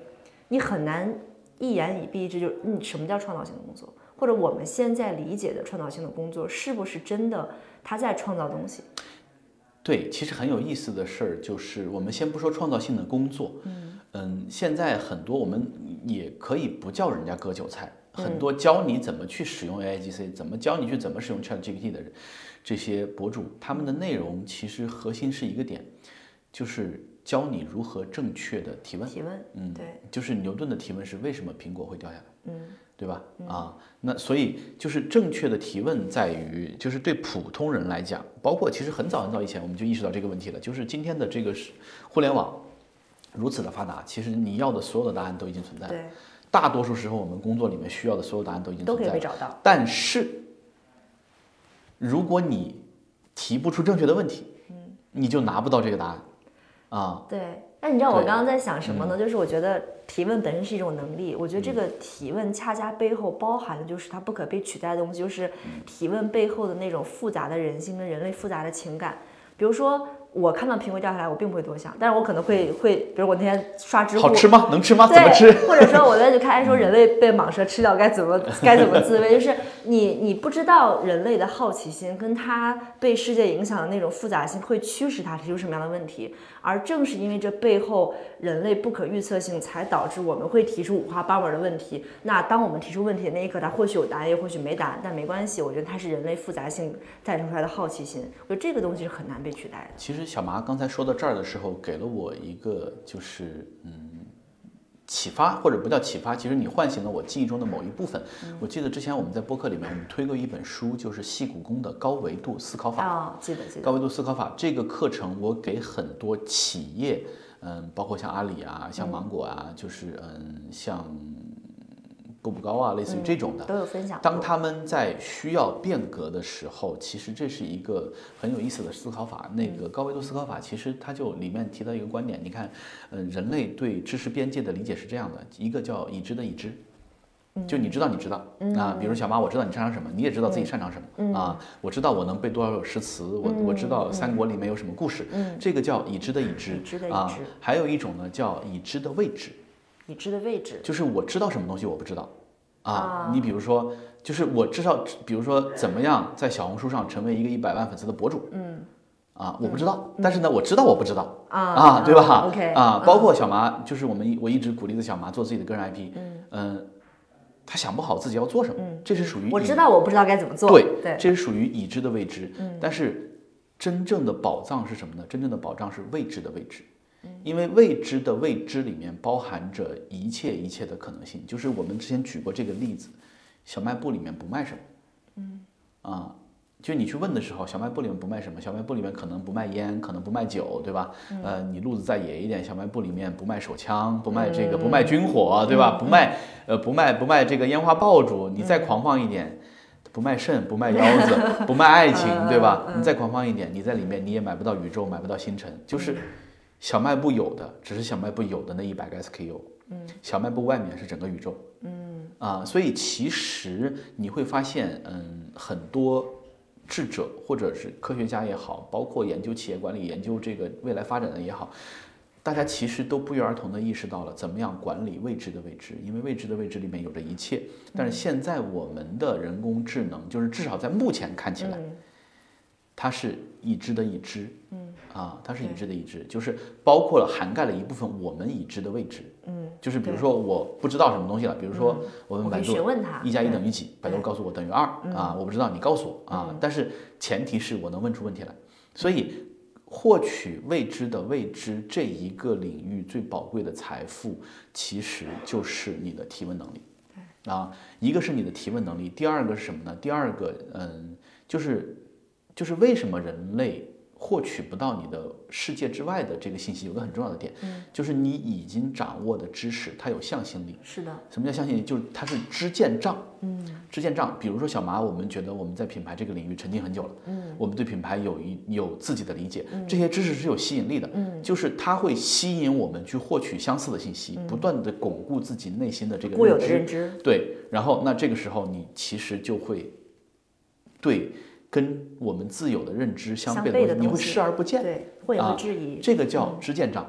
Speaker 2: 你很难一言以蔽之，就是嗯，什么叫创造性的工作，或者我们现在理解的创造性的工作是不是真的他在创造东西？
Speaker 3: 对，其实很有意思的事儿就是，我们先不说创造性的工作，嗯嗯，现在很多我们也可以不叫人家割韭菜，很多教你怎么去使用 A I G C， 怎么教你去怎么使用 ChatGPT 的人，这些博主，他们的内容其实核心是一个点，就是教你如何正确的提问。
Speaker 2: 提问，
Speaker 3: 嗯，
Speaker 2: 对，
Speaker 3: 就是牛顿的提问是为什么苹果会掉下来？
Speaker 2: 嗯。
Speaker 3: 对吧？啊，那所以就是正确的提问在于，就是对普通人来讲，包括其实很早很早以前我们就意识到这个问题了，就是今天的这个互联网如此的发达，其实你要的所有的答案都已经存在了。
Speaker 2: 对，
Speaker 3: 大多数时候我们工作里面需要的所有答案都已经存在了，
Speaker 2: 都可以被找到。
Speaker 3: 但是如果你提不出正确的问题，嗯，你就拿不到这个答案，啊。
Speaker 2: 对。但你知道我刚刚在想什么呢？就是我觉得提问本身是一种能力，我觉得这个提问恰恰背后包含的就是它不可被取代的东西，就是提问背后的那种复杂的人性跟人类复杂的情感。比如说我看到苹果掉下来，我并不会多想，但是我可能会会，比如我那天刷知乎，
Speaker 3: 好吃吗？能吃吗？怎么吃？
Speaker 2: 或者说我在就开始说人类被蟒蛇吃掉该怎么该怎么自卫，就是你你不知道人类的好奇心跟他被世界影响的那种复杂性会驱使他提出什么样的问题，而正是因为这背后人类不可预测性，才导致我们会提出五花八门的问题。那当我们提出问题的那一刻，它或许有答案，也或许没答案，但没关系，我觉得它是人类复杂性诞生出来的好奇心，我觉得这个东西是很难被取代的。
Speaker 3: 其实小麻刚才说到这儿的时候，给了我一个就是嗯启发，或者不叫启发，其实你唤醒了我记忆中的某一部分。嗯、我记得之前我们在播客里面我们推过一本书，就是细谷宫的高维度思考法。
Speaker 2: 哦，记得记得。
Speaker 3: 高维度思考法这个课程，我给很多企业，嗯，包括像阿里啊，像芒果啊，嗯、就是嗯像。步步高啊，类似于这种的、
Speaker 2: 嗯、都有分享。
Speaker 3: 当他们在需要变革的时候，其实这是一个很有意思的思考法。那个高维度思考法，其实它就里面提到一个观点，你看，嗯，人类对知识边界的理解是这样的：一个叫已知的已知，就你知道你知道、嗯、啊，比如小马，我知道你擅长什么，你也知道自己擅长什么、嗯、啊，我知道我能背多少首诗词，我、嗯、我知道三国里面有什么故事，嗯、这个叫已知的已知。
Speaker 2: 已知的已知
Speaker 3: 啊，还有一种呢叫已知的未知。
Speaker 2: 已知的位置，
Speaker 3: 就是我知道什么东西我不知道啊。啊你比如说，就是我知道，比如说怎么样在小红书上成为一个一百万粉丝的博主，嗯，啊，我不知道，嗯、但是呢，我知道我不知道啊啊，对吧、
Speaker 2: 啊、？OK
Speaker 3: 啊，包括小麻，就是我们我一直鼓励的小麻做自己的个人 I P， 嗯嗯、呃，他想不好自己要做什么，嗯、这是属于
Speaker 2: 我知道我不知道该怎么做，
Speaker 3: 对
Speaker 2: 对，
Speaker 3: 这是属于已知的未知，嗯，但是真正的宝藏是什么呢？真正的宝藏是未知的未知。因为未知的未知里面包含着一切一切的可能性，就是我们之前举过这个例子，小卖部里面不卖什么，嗯，啊，就你去问的时候，小卖部里面不卖什么，小卖部里面可能不卖烟，可能不卖酒，对吧？嗯、呃，你路子再野一点，小卖部里面不卖手枪，不卖这个，不卖军火，对吧？不卖，呃，不卖不卖这个烟花爆竹，你再狂放一点。不卖肾，不卖腰子，不卖爱情，对吧？你再狂放一点，你在里面你也买不到宇宙，买不到星辰，就是小卖部有的只是小卖部有的那一百个 S K U， 嗯，小卖部外面是整个宇宙，嗯啊，所以其实你会发现，嗯，很多智者或者是科学家也好，包括研究企业管理、研究这个未来发展的也好。大家其实都不约而同地意识到了怎么样管理未知的未知，因为未知的未知里面有着一切。但是现在我们的人工智能，就是至少在目前看起来，它是已知的已知，嗯啊，它是已知的已知，就是包括了涵盖了一部分我们已知的未知，嗯，就是比如说我不知道什么东西了，比如说我问百度一加一等于几，百度告诉我等于二啊，我不知道你告诉我啊，但是前提是我能问出问题来，所以。获取未知的未知这一个领域最宝贵的财富，其实就是你的提问能力。啊，一个是你的提问能力，第二个是什么呢？第二个，嗯，就是就是为什么人类获取不到你的世界之外的这个信息，有个很重要的点，嗯、就是你已经掌握的知识，它有向心力。
Speaker 2: 是的。
Speaker 3: 什么叫向心力？就是它是知见障。嗯。知见障，比如说小麻，我们觉得我们在品牌这个领域沉浸很久了，嗯，我们对品牌有一有自己的理解，嗯、这些知识是有吸引力的，嗯，就是它会吸引我们去获取相似的信息，嗯、不断的巩固自己内心的这个
Speaker 2: 固有的认知。
Speaker 3: 对，然后那这个时候你其实就会对。跟我们自有的认知相悖的东西，你会视而不见，
Speaker 2: 对，会有质疑、
Speaker 3: 啊，这个叫知见障，嗯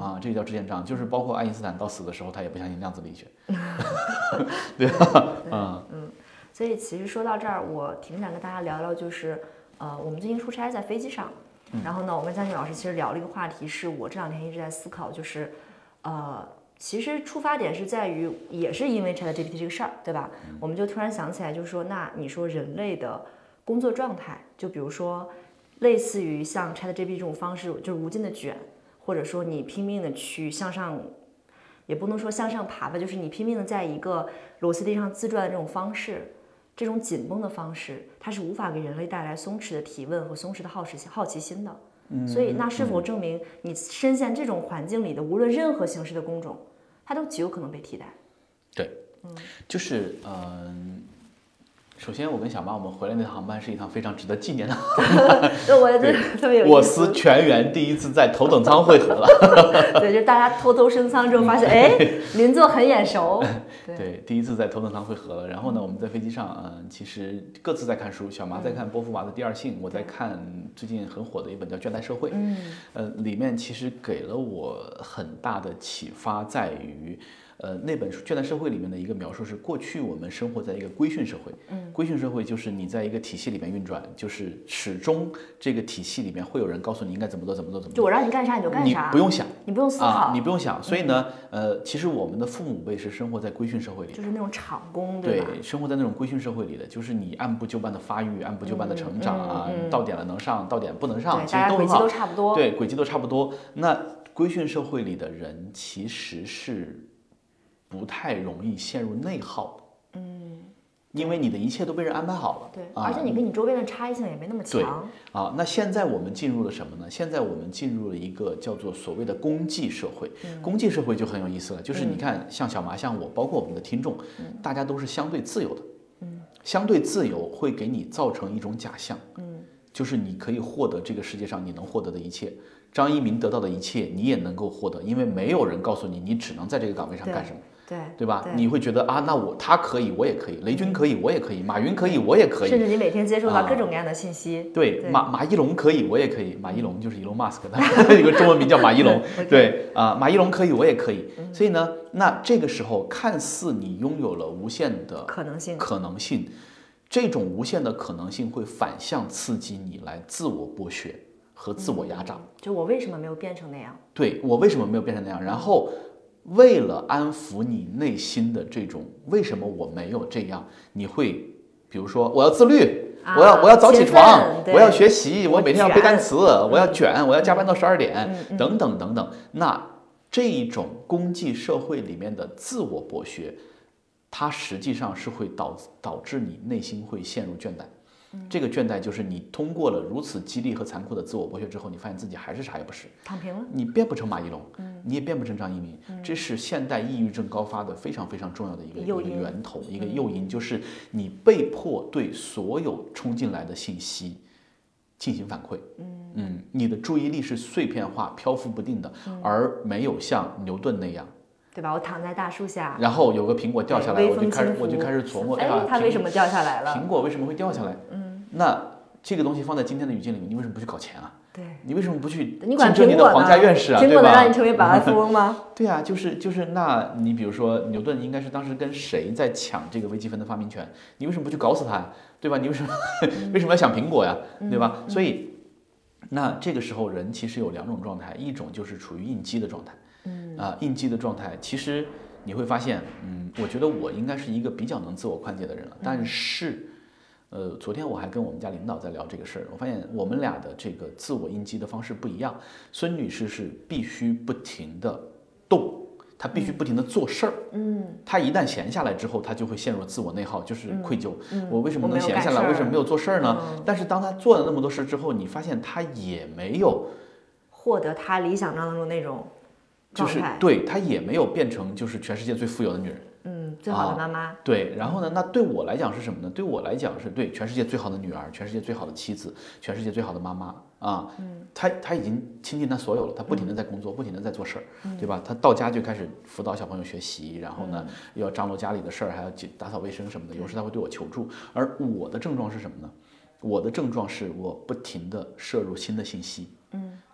Speaker 3: 啊，这个叫之前障，就是包括爱因斯坦到死的时候，他也不相信量子力学，对吧？嗯
Speaker 2: 嗯，所以其实说到这儿，我挺想跟大家聊聊，就是呃，我们最近出差在飞机上，然后呢，我跟江俊老师其实聊了一个话题，是我这两天一直在思考，就是呃。其实出发点是在于，也是因为 ChatGPT 这个事儿，对吧？我们就突然想起来，就是说，那你说人类的工作状态，就比如说，类似于像 ChatGPT 这种方式，就是无尽的卷，或者说你拼命的去向上，也不能说向上爬吧，就是你拼命的在一个螺丝钉上自转的这种方式，这种紧绷的方式，它是无法给人类带来松弛的提问和松弛的好奇好奇心的。所以，那是否证明你深陷这种环境里的，无论任何形式的工种，它都极有可能被替代？
Speaker 3: 对，就是嗯、呃，首先我跟小妈我们回来那趟航班是一趟非常值得纪念的航班，
Speaker 2: 我也觉得特别有意思。
Speaker 3: 我司全员第一次在头等舱会合了。
Speaker 2: 对，就大家偷偷升舱之后发现，哎，邻座很眼熟。
Speaker 3: 对, 对，第一次在头等舱会合了。然后呢，我们在飞机上，嗯、呃，其实各自在看书。小麻在看波伏娃的《第二性》，我在看最近很火的一本叫《倦怠社会》。嗯，呃，里面其实给了我很大的启发，在于。呃，那本书《倦怠社会》里面的一个描述是，过去我们生活在一个规训社会，嗯，规训社会就是你在一个体系里面运转，就是始终这个体系里面会有人告诉你应该怎么做，怎么做，怎么做。
Speaker 2: 就我让你干啥你就干啥，
Speaker 3: 你不用想，
Speaker 2: 你不用思考，
Speaker 3: 啊、你不用想。所以呢，呃，其实我们的父母辈是生活在规训社会里，
Speaker 2: 就是那种厂工，
Speaker 3: 对
Speaker 2: 吧？
Speaker 3: 对，生活在那种规训社会里的，就是你按部就班的发育，按部就班的成长啊，嗯嗯嗯、到点了能上，到点不能上，其实都很好，
Speaker 2: 轨迹都差不多，
Speaker 3: 对，轨迹都差不多。那规训社会里的人其实是。不太容易陷入内耗，嗯，因为你的一切都被人安排好了，
Speaker 2: 对，啊、而且你跟你周边的差异性也没那么强。
Speaker 3: 对啊，那现在我们进入了什么呢？现在我们进入了一个叫做所谓的公济社会，嗯、公济社会就很有意思了，就是你看，像小麻，像我，包括我们的听众，嗯、大家都是相对自由的，嗯，相对自由会给你造成一种假象，嗯，就是你可以获得这个世界上你能获得的一切。张一鸣得到的一切，你也能够获得，因为没有人告诉你，你只能在这个岗位上干什么，
Speaker 2: 对
Speaker 3: 对吧？对你会觉得啊，那我他可以，我也可以，雷军可以，我也可以，马云可以，我也可以，
Speaker 2: 甚至你每天接触到各种各样的信息。
Speaker 3: 啊、对，对马马一龙可以，我也可以，马一龙就是 Elon Musk， 他有个中文名叫马一龙，对啊，马一龙可以，我也可以。所以呢，那这个时候看似你拥有了无限的
Speaker 2: 可能性，
Speaker 3: 可能性，这种无限的可能性会反向刺激你来自我剥削。和自我压榨、嗯，
Speaker 2: 就我为什么没有变成那样？
Speaker 3: 对，我为什么没有变成那样？然后，为了安抚你内心的这种为什么我没有这样，你会，比如说我要自律，啊、我要我要早起床，我要学习，我每天要背单词，我, 我要卷，嗯、我要加班到十二点，嗯、等等等等。那这一种公济社会里面的自我剥削，它实际上是会导导致你内心会陷入倦怠。这个倦怠就是你通过了如此激励和残酷的自我剥削之后，你发现自己还是啥也不是，
Speaker 2: 躺平了，
Speaker 3: 你变不成马一龙，嗯、你也变不成张一鸣，嗯、这是现代抑郁症高发的非常非常重要的一个一个源头，一个诱因，就是你被迫对所有冲进来的信息进行反馈，嗯, 嗯你的注意力是碎片化、漂浮不定的，嗯、而没有像牛顿那样。
Speaker 2: 对吧？我躺在大树下，
Speaker 3: 然后有个苹果掉下来，我就开始我就开始琢磨，
Speaker 2: 哎，它为什么掉下来了？
Speaker 3: 苹果为什么会掉下来？嗯，那这个东西放在今天的语境里面，你为什么不去搞钱啊？
Speaker 2: 对，
Speaker 3: 你为什么不去
Speaker 2: 你管
Speaker 3: 竞争你的皇家院士啊？
Speaker 2: 苹
Speaker 3: 对吧？
Speaker 2: 能让你成为百万富翁吗？
Speaker 3: 对啊，就是就是，那你比如说牛顿应该是当时跟谁在抢这个微积分的发明权？你为什么不去搞死他？对吧？你为什么为什么要想苹果呀？对吧？
Speaker 2: 嗯、
Speaker 3: 所以，那这个时候人其实有两种状态，一种就是处于应激的状态，嗯啊，应激的状态其实。你会发现，嗯，我觉得我应该是一个比较能自我宽解的人了。但是，呃，昨天我还跟我们家领导在聊这个事儿，我发现我们俩的这个自我应激的方式不一样。孙女士是必须不停的动，她必须不停的做事儿。嗯，她一旦闲下来之后，她就会陷入自我内耗，就是愧疚。嗯，我为什么能闲下来？为什么没有做事儿呢？嗯、但是当她做了那么多事之后，你发现她也没有
Speaker 2: 获得她理想当中那种。
Speaker 3: 就是对她也没有变成就是全世界最富有的女人，
Speaker 2: 嗯，最好的妈妈、
Speaker 3: 啊。对，然后呢，那对我来讲是什么呢？对我来讲是对全世界最好的女儿，全世界最好的妻子，全世界最好的妈妈啊。嗯，她她已经倾尽她所有了，她不停的在工作，嗯、不停的在做事儿，嗯、对吧？她到家就开始辅导小朋友学习，然后呢，又要张罗家里的事儿，还要打扫卫生什么的。有时她会对我求助，而我的症状是什么呢？我的症状是我不停的摄入新的信息。嗯，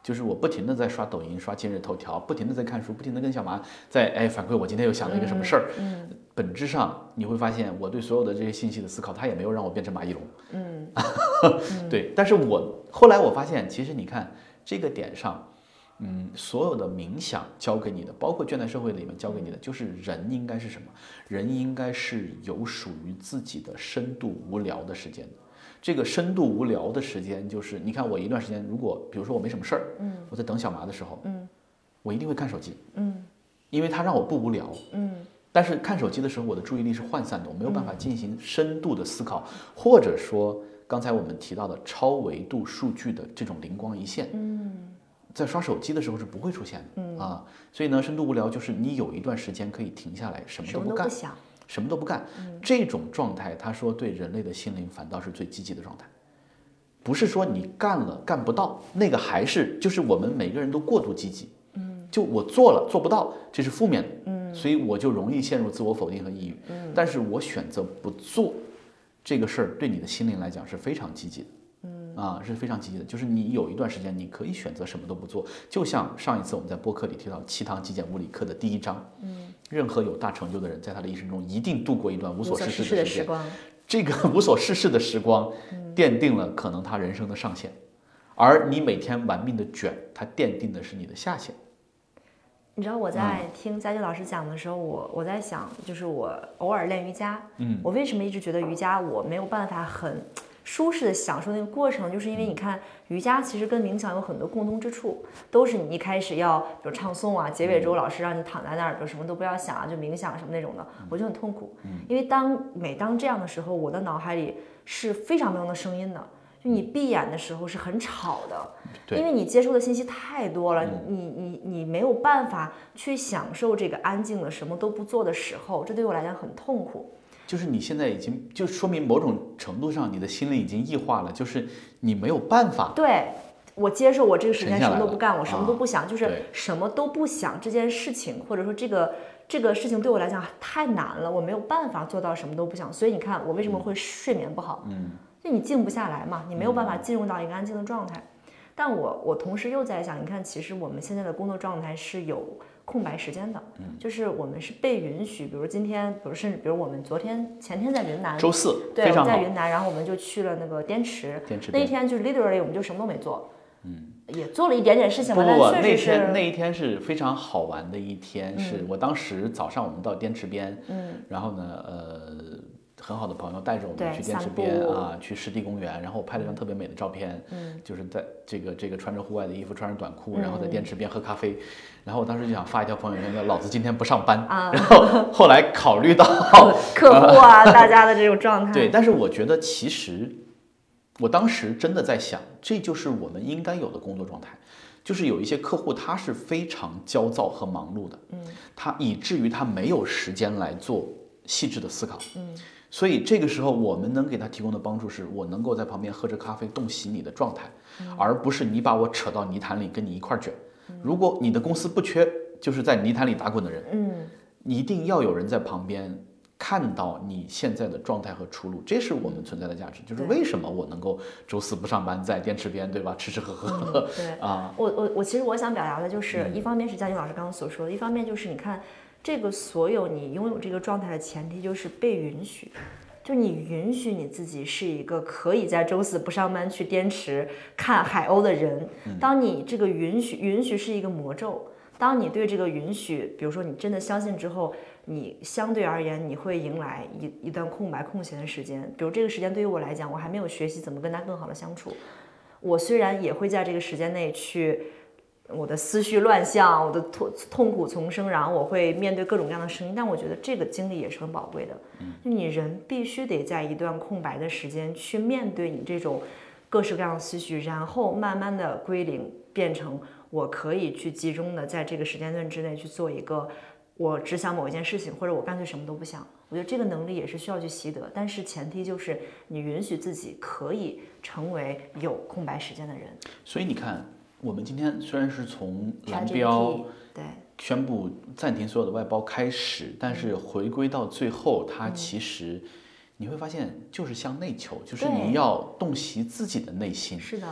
Speaker 3: 就是我不停的在刷抖音、刷今日头条，不停的在看书，不停的跟小麻在哎反馈我今天又想了一个什么事儿。嗯，嗯本质上你会发现，我对所有的这些信息的思考，它也没有让我变成马一龙。嗯，对。但是我后来我发现，其实你看这个点上。嗯，所有的冥想教给你的，包括倦怠社会里面教给你的，就是人应该是什么？人应该是有属于自己的深度无聊的时间的。这个深度无聊的时间，就是你看我一段时间，如果比如说我没什么事儿，嗯，我在等小麻的时候，嗯，我一定会看手机，嗯，因为它让我不无聊，嗯。但是看手机的时候，我的注意力是涣散的，我没有办法进行深度的思考，或者说刚才我们提到的超维度数据的这种灵光一现，嗯。在刷手机的时候是不会出现的，嗯啊，所以呢，深度无聊就是你有一段时间可以停下来，什么都不干，什么都不干，嗯、这种状态，他说对人类的心灵反倒是最积极的状态，不是说你干了干不到，那个还是就是我们每个人都过度积极，嗯，就我做了做不到，这是负面的，嗯，所以我就容易陷入自我否定和抑郁，嗯，但是我选择不做这个事儿，对你的心灵来讲是非常积极的。啊，是非常积极的，就是你有一段时间你可以选择什么都不做，就像上一次我们在播客里提到《七堂极简物理课》的第一章，嗯，任何有大成就的人在他的一生中一定度过一段无所事事的时间，这个无所事事的时光，奠定了可能他人生的上限，而你每天玩命的卷，它奠定的是你的下限。
Speaker 2: 你知道我在听佳俊老师讲的时候，我我在想，就是我偶尔练瑜伽，嗯，我为什么一直觉得瑜伽我没有办法很舒适的享受那个过程，就是因为你看瑜伽其实跟冥想有很多共通之处，都是你一开始要比如唱诵啊，结尾之后老师让你躺在那儿，比如什么都不要想啊，就冥想什么那种的，我就很痛苦，因为当每当这样的时候，我的脑海里是非常非常的声音的，就你闭眼的时候是很吵的，因为你接收的信息太多了，你你你没有办法去享受这个安静的什么都不做的时候，这对我来讲很痛苦。
Speaker 3: 就是你现在已经就说明某种程度上你的心灵已经异化了，就是你没有办法。
Speaker 2: 对，我接受我这个时间什么都不干，我什么都不想，就是什么都不想这件事情，或者说这个这个事情对我来讲太难了，我没有办法做到什么都不想。所以你看我为什么会睡眠不好，嗯，就你静不下来嘛，你没有办法进入到一个安静的状态。但我我同时又在想，你看其实我们现在的工作状态是有空白时间的，嗯，就是我们是被允许，比如今天，比如甚至比如我们昨天前天在云南，
Speaker 3: 周四，
Speaker 2: 对，我们在云南，然后我们就去了那个滇池，
Speaker 3: 滇池
Speaker 2: 那一天就是 literally 我们就什么都没做，嗯，也做了一点点事情吧，
Speaker 3: 不不，
Speaker 2: 但确实是
Speaker 3: 那天那一天是非常好玩的一天，嗯、是我当时早上我们到滇池边，嗯，然后呢，呃。很好的朋友带着我们去滇池边啊，去湿地公园，然后我拍了张特别美的照片，嗯，就是在这个这个穿着户外的衣服，穿着短裤，然后在滇池边喝咖啡，然后我当时就想发一条朋友圈，叫老子今天不上班，啊、然后后来考虑到
Speaker 2: 客户啊、呃、大家的这种状态，
Speaker 3: 对，但是我觉得其实我当时真的在想，这就是我们应该有的工作状态。就是有一些客户他是非常焦躁和忙碌的，嗯，他以至于他没有时间来做细致的思考，嗯。所以这个时候，我们能给他提供的帮助是，我能够在旁边喝着咖啡，洞悉你的状态，而不是你把我扯到泥潭里跟你一块卷。如果你的公司不缺就是在泥潭里打滚的人，嗯，一定要有人在旁边看到你现在的状态和出路，这是我们存在的价值。就是为什么我能够周四不上班，在滇池边，对吧？吃吃喝喝，
Speaker 2: 嗯、对啊。我我我其实我想表达的就是，一方面是佳俊老师刚刚所说的，一方面就是你看。这个所有你拥有这个状态的前提就是被允许，就你允许你自己是一个可以在周四不上班去滇池看海鸥的人。当你这个允许允许是一个魔咒，当你对这个允许，比如说你真的相信之后，你相对而言你会迎来一一段空白空闲的时间。比如这个时间对于我来讲，我还没有学习怎么跟他更好的相处。我虽然也会在这个时间内去。我的思绪乱象，我的痛痛苦丛生，然后我会面对各种各样的声音，但我觉得这个经历也是很宝贵的。就你人必须得在一段空白的时间去面对你这种各式各样的思绪，然后慢慢的归零，变成我可以去集中的在这个时间段之内去做一个我只想某一件事情，或者我干脆什么都不想。我觉得这个能力也是需要去习得，但是前提就是你允许自己可以成为有空白时间的人。
Speaker 3: 所以你看。我们今天虽然是从蓝标
Speaker 2: 对
Speaker 3: 宣布暂停所有的外包开始，但是回归到最后，它其实你会发现就是向内求，就是你要洞悉自己的内心。
Speaker 2: 是的，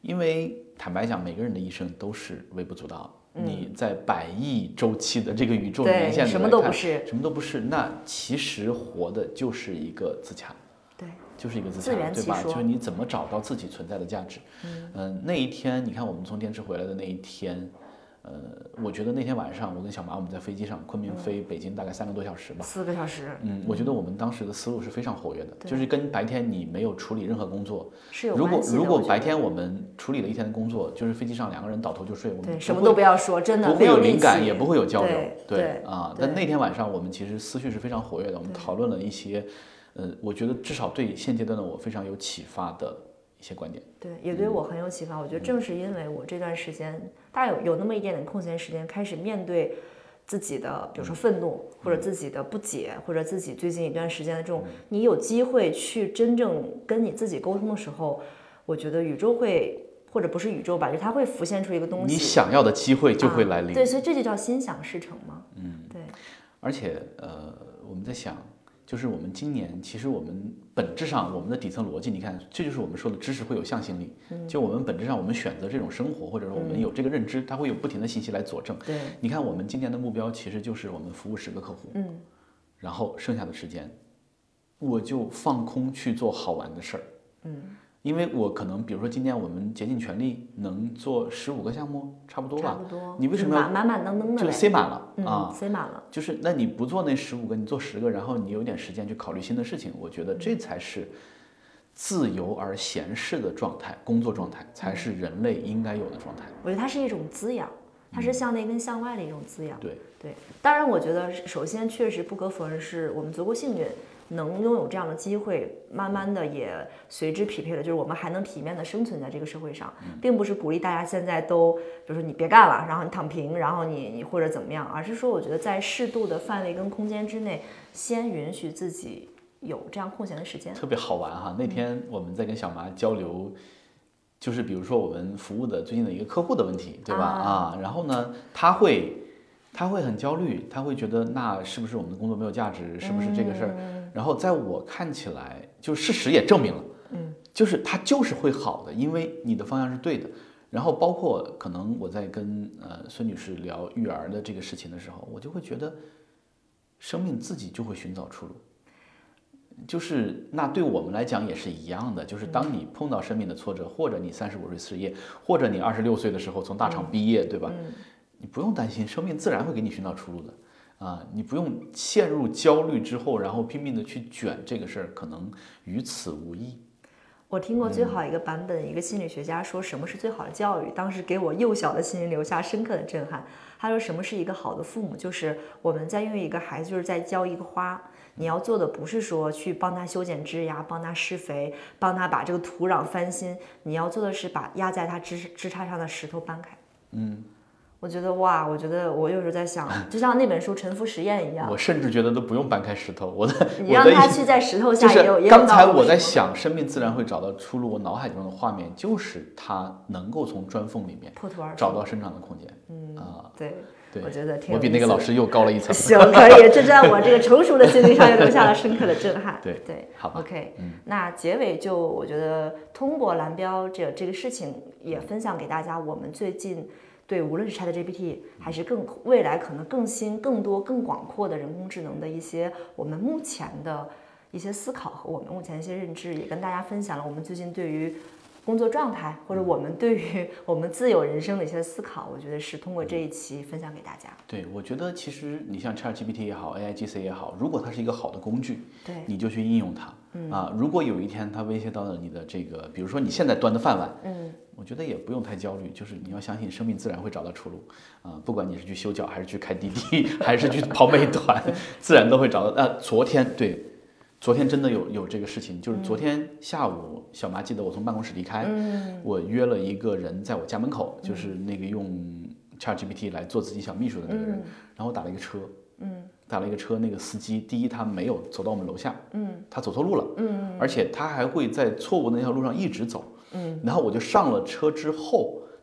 Speaker 3: 因为坦白讲，每个人的一生都是微不足道。你在百亿周期的这个宇宙年限里
Speaker 2: 什么都不是，
Speaker 3: 什么都不是。那其实活的就是一个自洽，
Speaker 2: 对，
Speaker 3: 就是一个自洽，对吧？就是你怎么找到自己存在的价值。嗯、呃，那一天，你看我们从滇池回来的那一天。呃，我觉得那天晚上，我跟小马我们在飞机上，昆明飞北京大概三个多小时吧，
Speaker 2: 四个小时。
Speaker 3: 嗯，我觉得我们当时的思路是非常活跃的，就是跟白天你没有处理任何工作
Speaker 2: 是有
Speaker 3: 如果如果白天我们处理了一天的工作，就是飞机上两个人倒头就睡，我们
Speaker 2: 什么都不要说，真的
Speaker 3: 不会有灵感，也不会有交流，
Speaker 2: 对
Speaker 3: 对啊。但那天晚上我们其实思绪是非常活跃的，我们讨论了一些，呃，我觉得至少对现阶段的我非常有启发的。一些观点，
Speaker 2: 对，也对我很有启发。我觉得正是因为我这段时间，大概有有那么一点点空闲时间，开始面对自己的，比如说愤怒，或者自己的不解，或者自己最近一段时间的这种，你有机会去真正跟你自己沟通的时候，我觉得宇宙会，或者不是宇宙吧，就它会浮现出一个东西，
Speaker 3: 你想要的机会就会来临。
Speaker 2: 啊、对，所以这就叫心想事成嘛。
Speaker 3: 嗯，
Speaker 2: 对。
Speaker 3: 而且呃，我们在想。就是我们今年，其实我们本质上我们的底层逻辑，你看，这就是我们说的知识会有向心力。嗯、就我们本质上，我们选择这种生活，或者说我们有这个认知，它会有不停的信息来佐证。
Speaker 2: 对，
Speaker 3: 你看，我们今年的目标其实就是我们服务十个客户，
Speaker 2: 嗯，
Speaker 3: 然后剩下的时间，我就放空去做好玩的事儿，
Speaker 2: 嗯。
Speaker 3: 因为我可能，比如说今年我们竭尽全力能做十五个项目，差不多吧。
Speaker 2: 差不多。
Speaker 3: 你为什么要
Speaker 2: 满满登登的？
Speaker 3: 就塞满了、
Speaker 2: 嗯、
Speaker 3: 啊，
Speaker 2: 塞满了。
Speaker 3: 就是那你不做那十五个，你做十个，然后你有点时间去考虑新的事情，我觉得这才是自由而闲适的状态，工作状态才是人类应该有的状态。
Speaker 2: 我觉得它是一种滋养，它是向内跟向外的一种滋养。
Speaker 3: 嗯、对
Speaker 2: 对，当然我觉得首先确实不可否认是我们足够幸运。能拥有这样的机会，慢慢的也随之匹配了，就是我们还能体面的生存在这个社会上，并不是鼓励大家现在都，比如说你别干了，然后你躺平，然后你你或者怎么样，而是说我觉得在适度的范围跟空间之内，先允许自己有这样空闲的时间。
Speaker 3: 特别好玩哈！那天我们在跟小麻交流，就是比如说我们服务的最近的一个客户的问题，对吧？啊, 啊，然后呢，他会。他会很焦虑，他会觉得那是不是我们的工作没有价值，是不是这个事儿？嗯、然后在我看起来，就事实也证明了，嗯，就是他就是会好的，因为你的方向是对的。然后包括可能我在跟呃孙女士聊育儿的这个事情的时候，我就会觉得，生命自己就会寻找出路。就是那对我们来讲也是一样的，就是当你碰到生命的挫折，或者你三十五岁失业，或者你二十六岁的时候从大厂毕业，对吧？
Speaker 2: 嗯
Speaker 3: 你不用担心，生命自然会给你寻找出路的，啊，你不用陷入焦虑之后，然后拼命的去卷这个事儿，可能于此无益。
Speaker 2: 我听过最好一个版本，嗯、一个心理学家说什么是最好的教育，当时给我幼小的心灵留下深刻的震撼。他说什么是一个好的父母，就是我们在孕育一个孩子，就是在教一个花。你要做的不是说去帮他修剪枝芽，帮他施肥，帮他把这个土壤翻新，你要做的是把压在他枝枝杈上的石头搬开。
Speaker 3: 嗯。
Speaker 2: 我觉得哇，我觉得我有时候在想，就像那本书《沉浮实验》一样，
Speaker 3: 我甚至觉得都不用搬开石头，我的
Speaker 2: 你让他去在石头下也有。
Speaker 3: 就是刚才我在想，生命自然会找到出路。我脑海中的画面就是他能够从砖缝里面
Speaker 2: 破土而出，
Speaker 3: 找到生长的空间。
Speaker 2: 嗯
Speaker 3: 啊，
Speaker 2: 对，
Speaker 3: 对，
Speaker 2: 我觉得挺有意思的。
Speaker 3: 我比那个老师又高了一层。
Speaker 2: 行，可以，这在我这个成熟的心灵上又留下了深刻的震撼。
Speaker 3: 对
Speaker 2: 对，
Speaker 3: 好吧
Speaker 2: ，OK，
Speaker 3: 嗯，
Speaker 2: 那结尾就我觉得通过蓝标这这个事情也分享给大家，我们最近。对，无论是 ChatGPT 还是更未来可能更新、更多、更广阔的人工智能的一些我们目前的一些思考和我们目前一些认知，也跟大家分享了我们最近对于工作状态或者我们对于我们自有人生的一些思考。我觉得是通过这一期分享给大家。
Speaker 3: 对，我觉得其实你像 ChatGPT 也好 ，A I G C 也好，如果它是一个好的工具，
Speaker 2: 对，
Speaker 3: 你就去应用它。嗯啊，如果有一天它威胁到了你的这个，比如说你现在端的饭碗，
Speaker 2: 嗯。
Speaker 3: 我觉得也不用太焦虑，就是你要相信生命自然会找到出路，啊、呃，不管你是去修脚，还是去开滴滴，还是去跑美团，自然都会找到。呃，昨天对，昨天真的有有这个事情，就是昨天下午，小麻记得我从办公室离开，
Speaker 2: 嗯、
Speaker 3: 我约了一个人在我家门口，就是那个用 ChatGPT 来做自己小秘书的那个人，
Speaker 2: 嗯、
Speaker 3: 然后我打了一个车，
Speaker 2: 嗯。
Speaker 3: 打了一个车，那个司机第一他没有走到我们楼下，
Speaker 2: 嗯，
Speaker 3: 他走错路了，
Speaker 2: 嗯，
Speaker 3: 而且他还会在错误的那条路上一直走，
Speaker 2: 嗯，
Speaker 3: 然后我就上了车之后，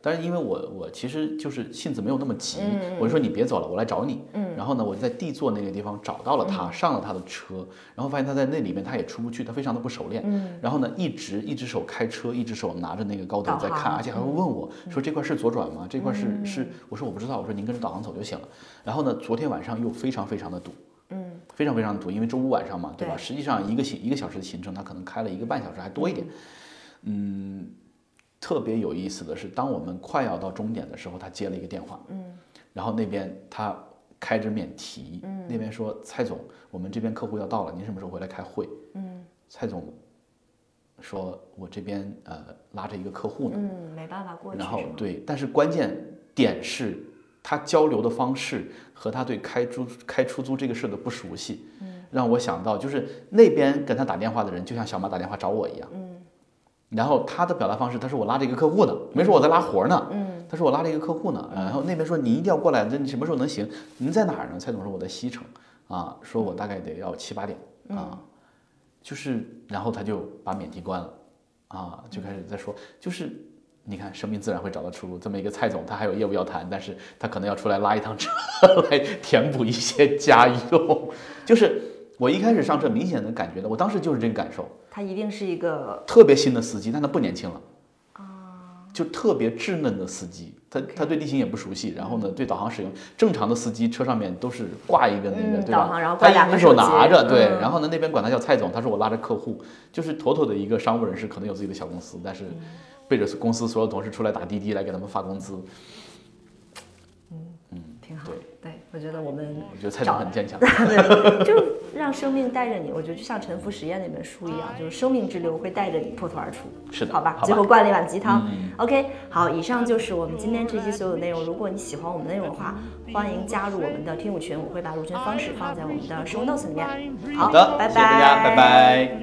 Speaker 3: 但是因为我我其实就是性子没有那么急，
Speaker 2: 嗯、
Speaker 3: 我就说你别走了，我来找你。
Speaker 2: 嗯，
Speaker 3: 然后呢，我就在 D 座那个地方找到了他，嗯、上了他的车，然后发现他在那里面他也出不去，他非常的不熟练。嗯，然后呢，一直一只手开车，一只手拿着那个高德在看，而且还会问我、嗯、说这块是左转吗？这块是、嗯、是？我说我不知道，我说您跟着导航走就行了。然后呢，昨天晚上又非常非常的堵。嗯，非常非常的堵，因为周五晚上嘛，对吧？对，实际上一个行一个小时的行程，他可能开了一个半小时还多一点。嗯，特别有意思的是，当我们快要到终点的时候，他接了一个电话，嗯，然后那边他开着免提，嗯，那边说蔡总，我们这边客户要到了，您什么时候回来开会？嗯，蔡总说，我这边呃拉着一个客户呢，
Speaker 2: 嗯，没办法过去。
Speaker 3: 然后对，但是关键点是。他交流的方式和他对开出开出租这个事的不熟悉，嗯，让我想到就是那边跟他打电话的人就像小马打电话找我一样，嗯，然后他的表达方式，他说我拉着一个客户呢，没说我在拉活呢，嗯，他说我拉着一个客户呢，然后那边说你一定要过来，这你什么时候能行？您在哪儿呢？蔡总说我在西城，啊，说我大概得要七八点啊，就是，然后他就把免提关了，啊，就开始在说，就是。你看，生命自然会找到出路。这么一个蔡总，他还有业务要谈，但是他可能要出来拉一趟车来填补一些家用。就是我一开始上车，明显的感觉到，我当时就是这个感受。
Speaker 2: 他一定是一个
Speaker 3: 特别新的司机，但他不年轻了，啊，就特别稚嫩的司机。他他对地形也不熟悉，然后呢，对导航使用，正常的司机车上面都是挂一个那个，
Speaker 2: 嗯、
Speaker 3: 对吧？
Speaker 2: 导航，然后挂两个
Speaker 3: 手机，他一手拿着，对。
Speaker 2: 嗯、
Speaker 3: 然后呢，那边管他叫蔡总，他说我拉着客户，就是妥妥的一个商务人士，可能有自己的小公司，但是。嗯背着公司所有同事出来打滴滴来给他们发工资，
Speaker 2: 嗯嗯，挺好。对，对我觉得我们，
Speaker 3: 我觉得蔡总很坚强，
Speaker 2: 对，就让生命带着你。我觉得就像《沉浮实验》那本书一样，就是生命之流会带着你破土而出。
Speaker 3: 是的，
Speaker 2: 好吧。
Speaker 3: 好吧
Speaker 2: 最后灌了一碗鸡汤。
Speaker 3: 嗯、
Speaker 2: OK， 好，以上就是我们今天这期所有内容。如果你喜欢我们的内容的话，欢迎加入我们的听友群，我会把入群方式放在我们的 show notes 里面。好
Speaker 3: 的，
Speaker 2: 拜拜，
Speaker 3: 谢谢大家，拜拜。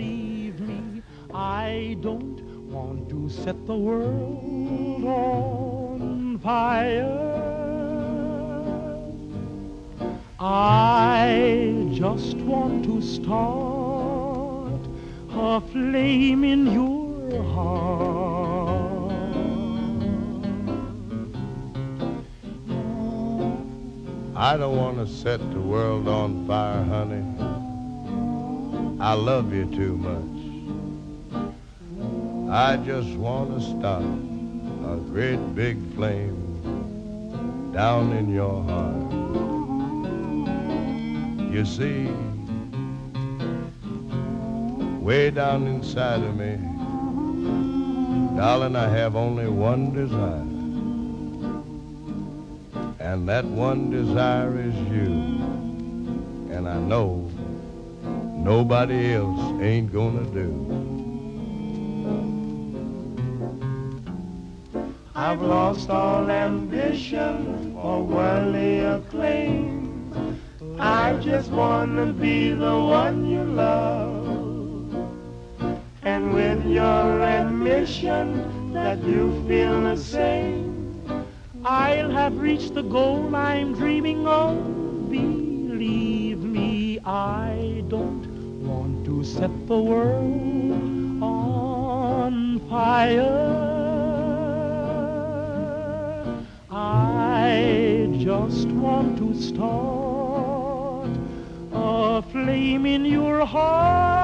Speaker 1: Want to set the world on fire. I just want to start a flame in your heart.
Speaker 4: I don't want to set the world on fire, honey. I love you too much. I just want to start a great big flame down in your heart. You see, way down inside of me, darling, I have only one desire. And that one desire is you. And I know nobody else ain't gonna do.
Speaker 1: I've lost all ambition for worldly acclaim. I just wanna be the one you love. And with your admission that you feel the same, I'll have reached the goal I'm dreaming of. Believe me, I don't want to set the world on fire. I just want to start a flame in your heart.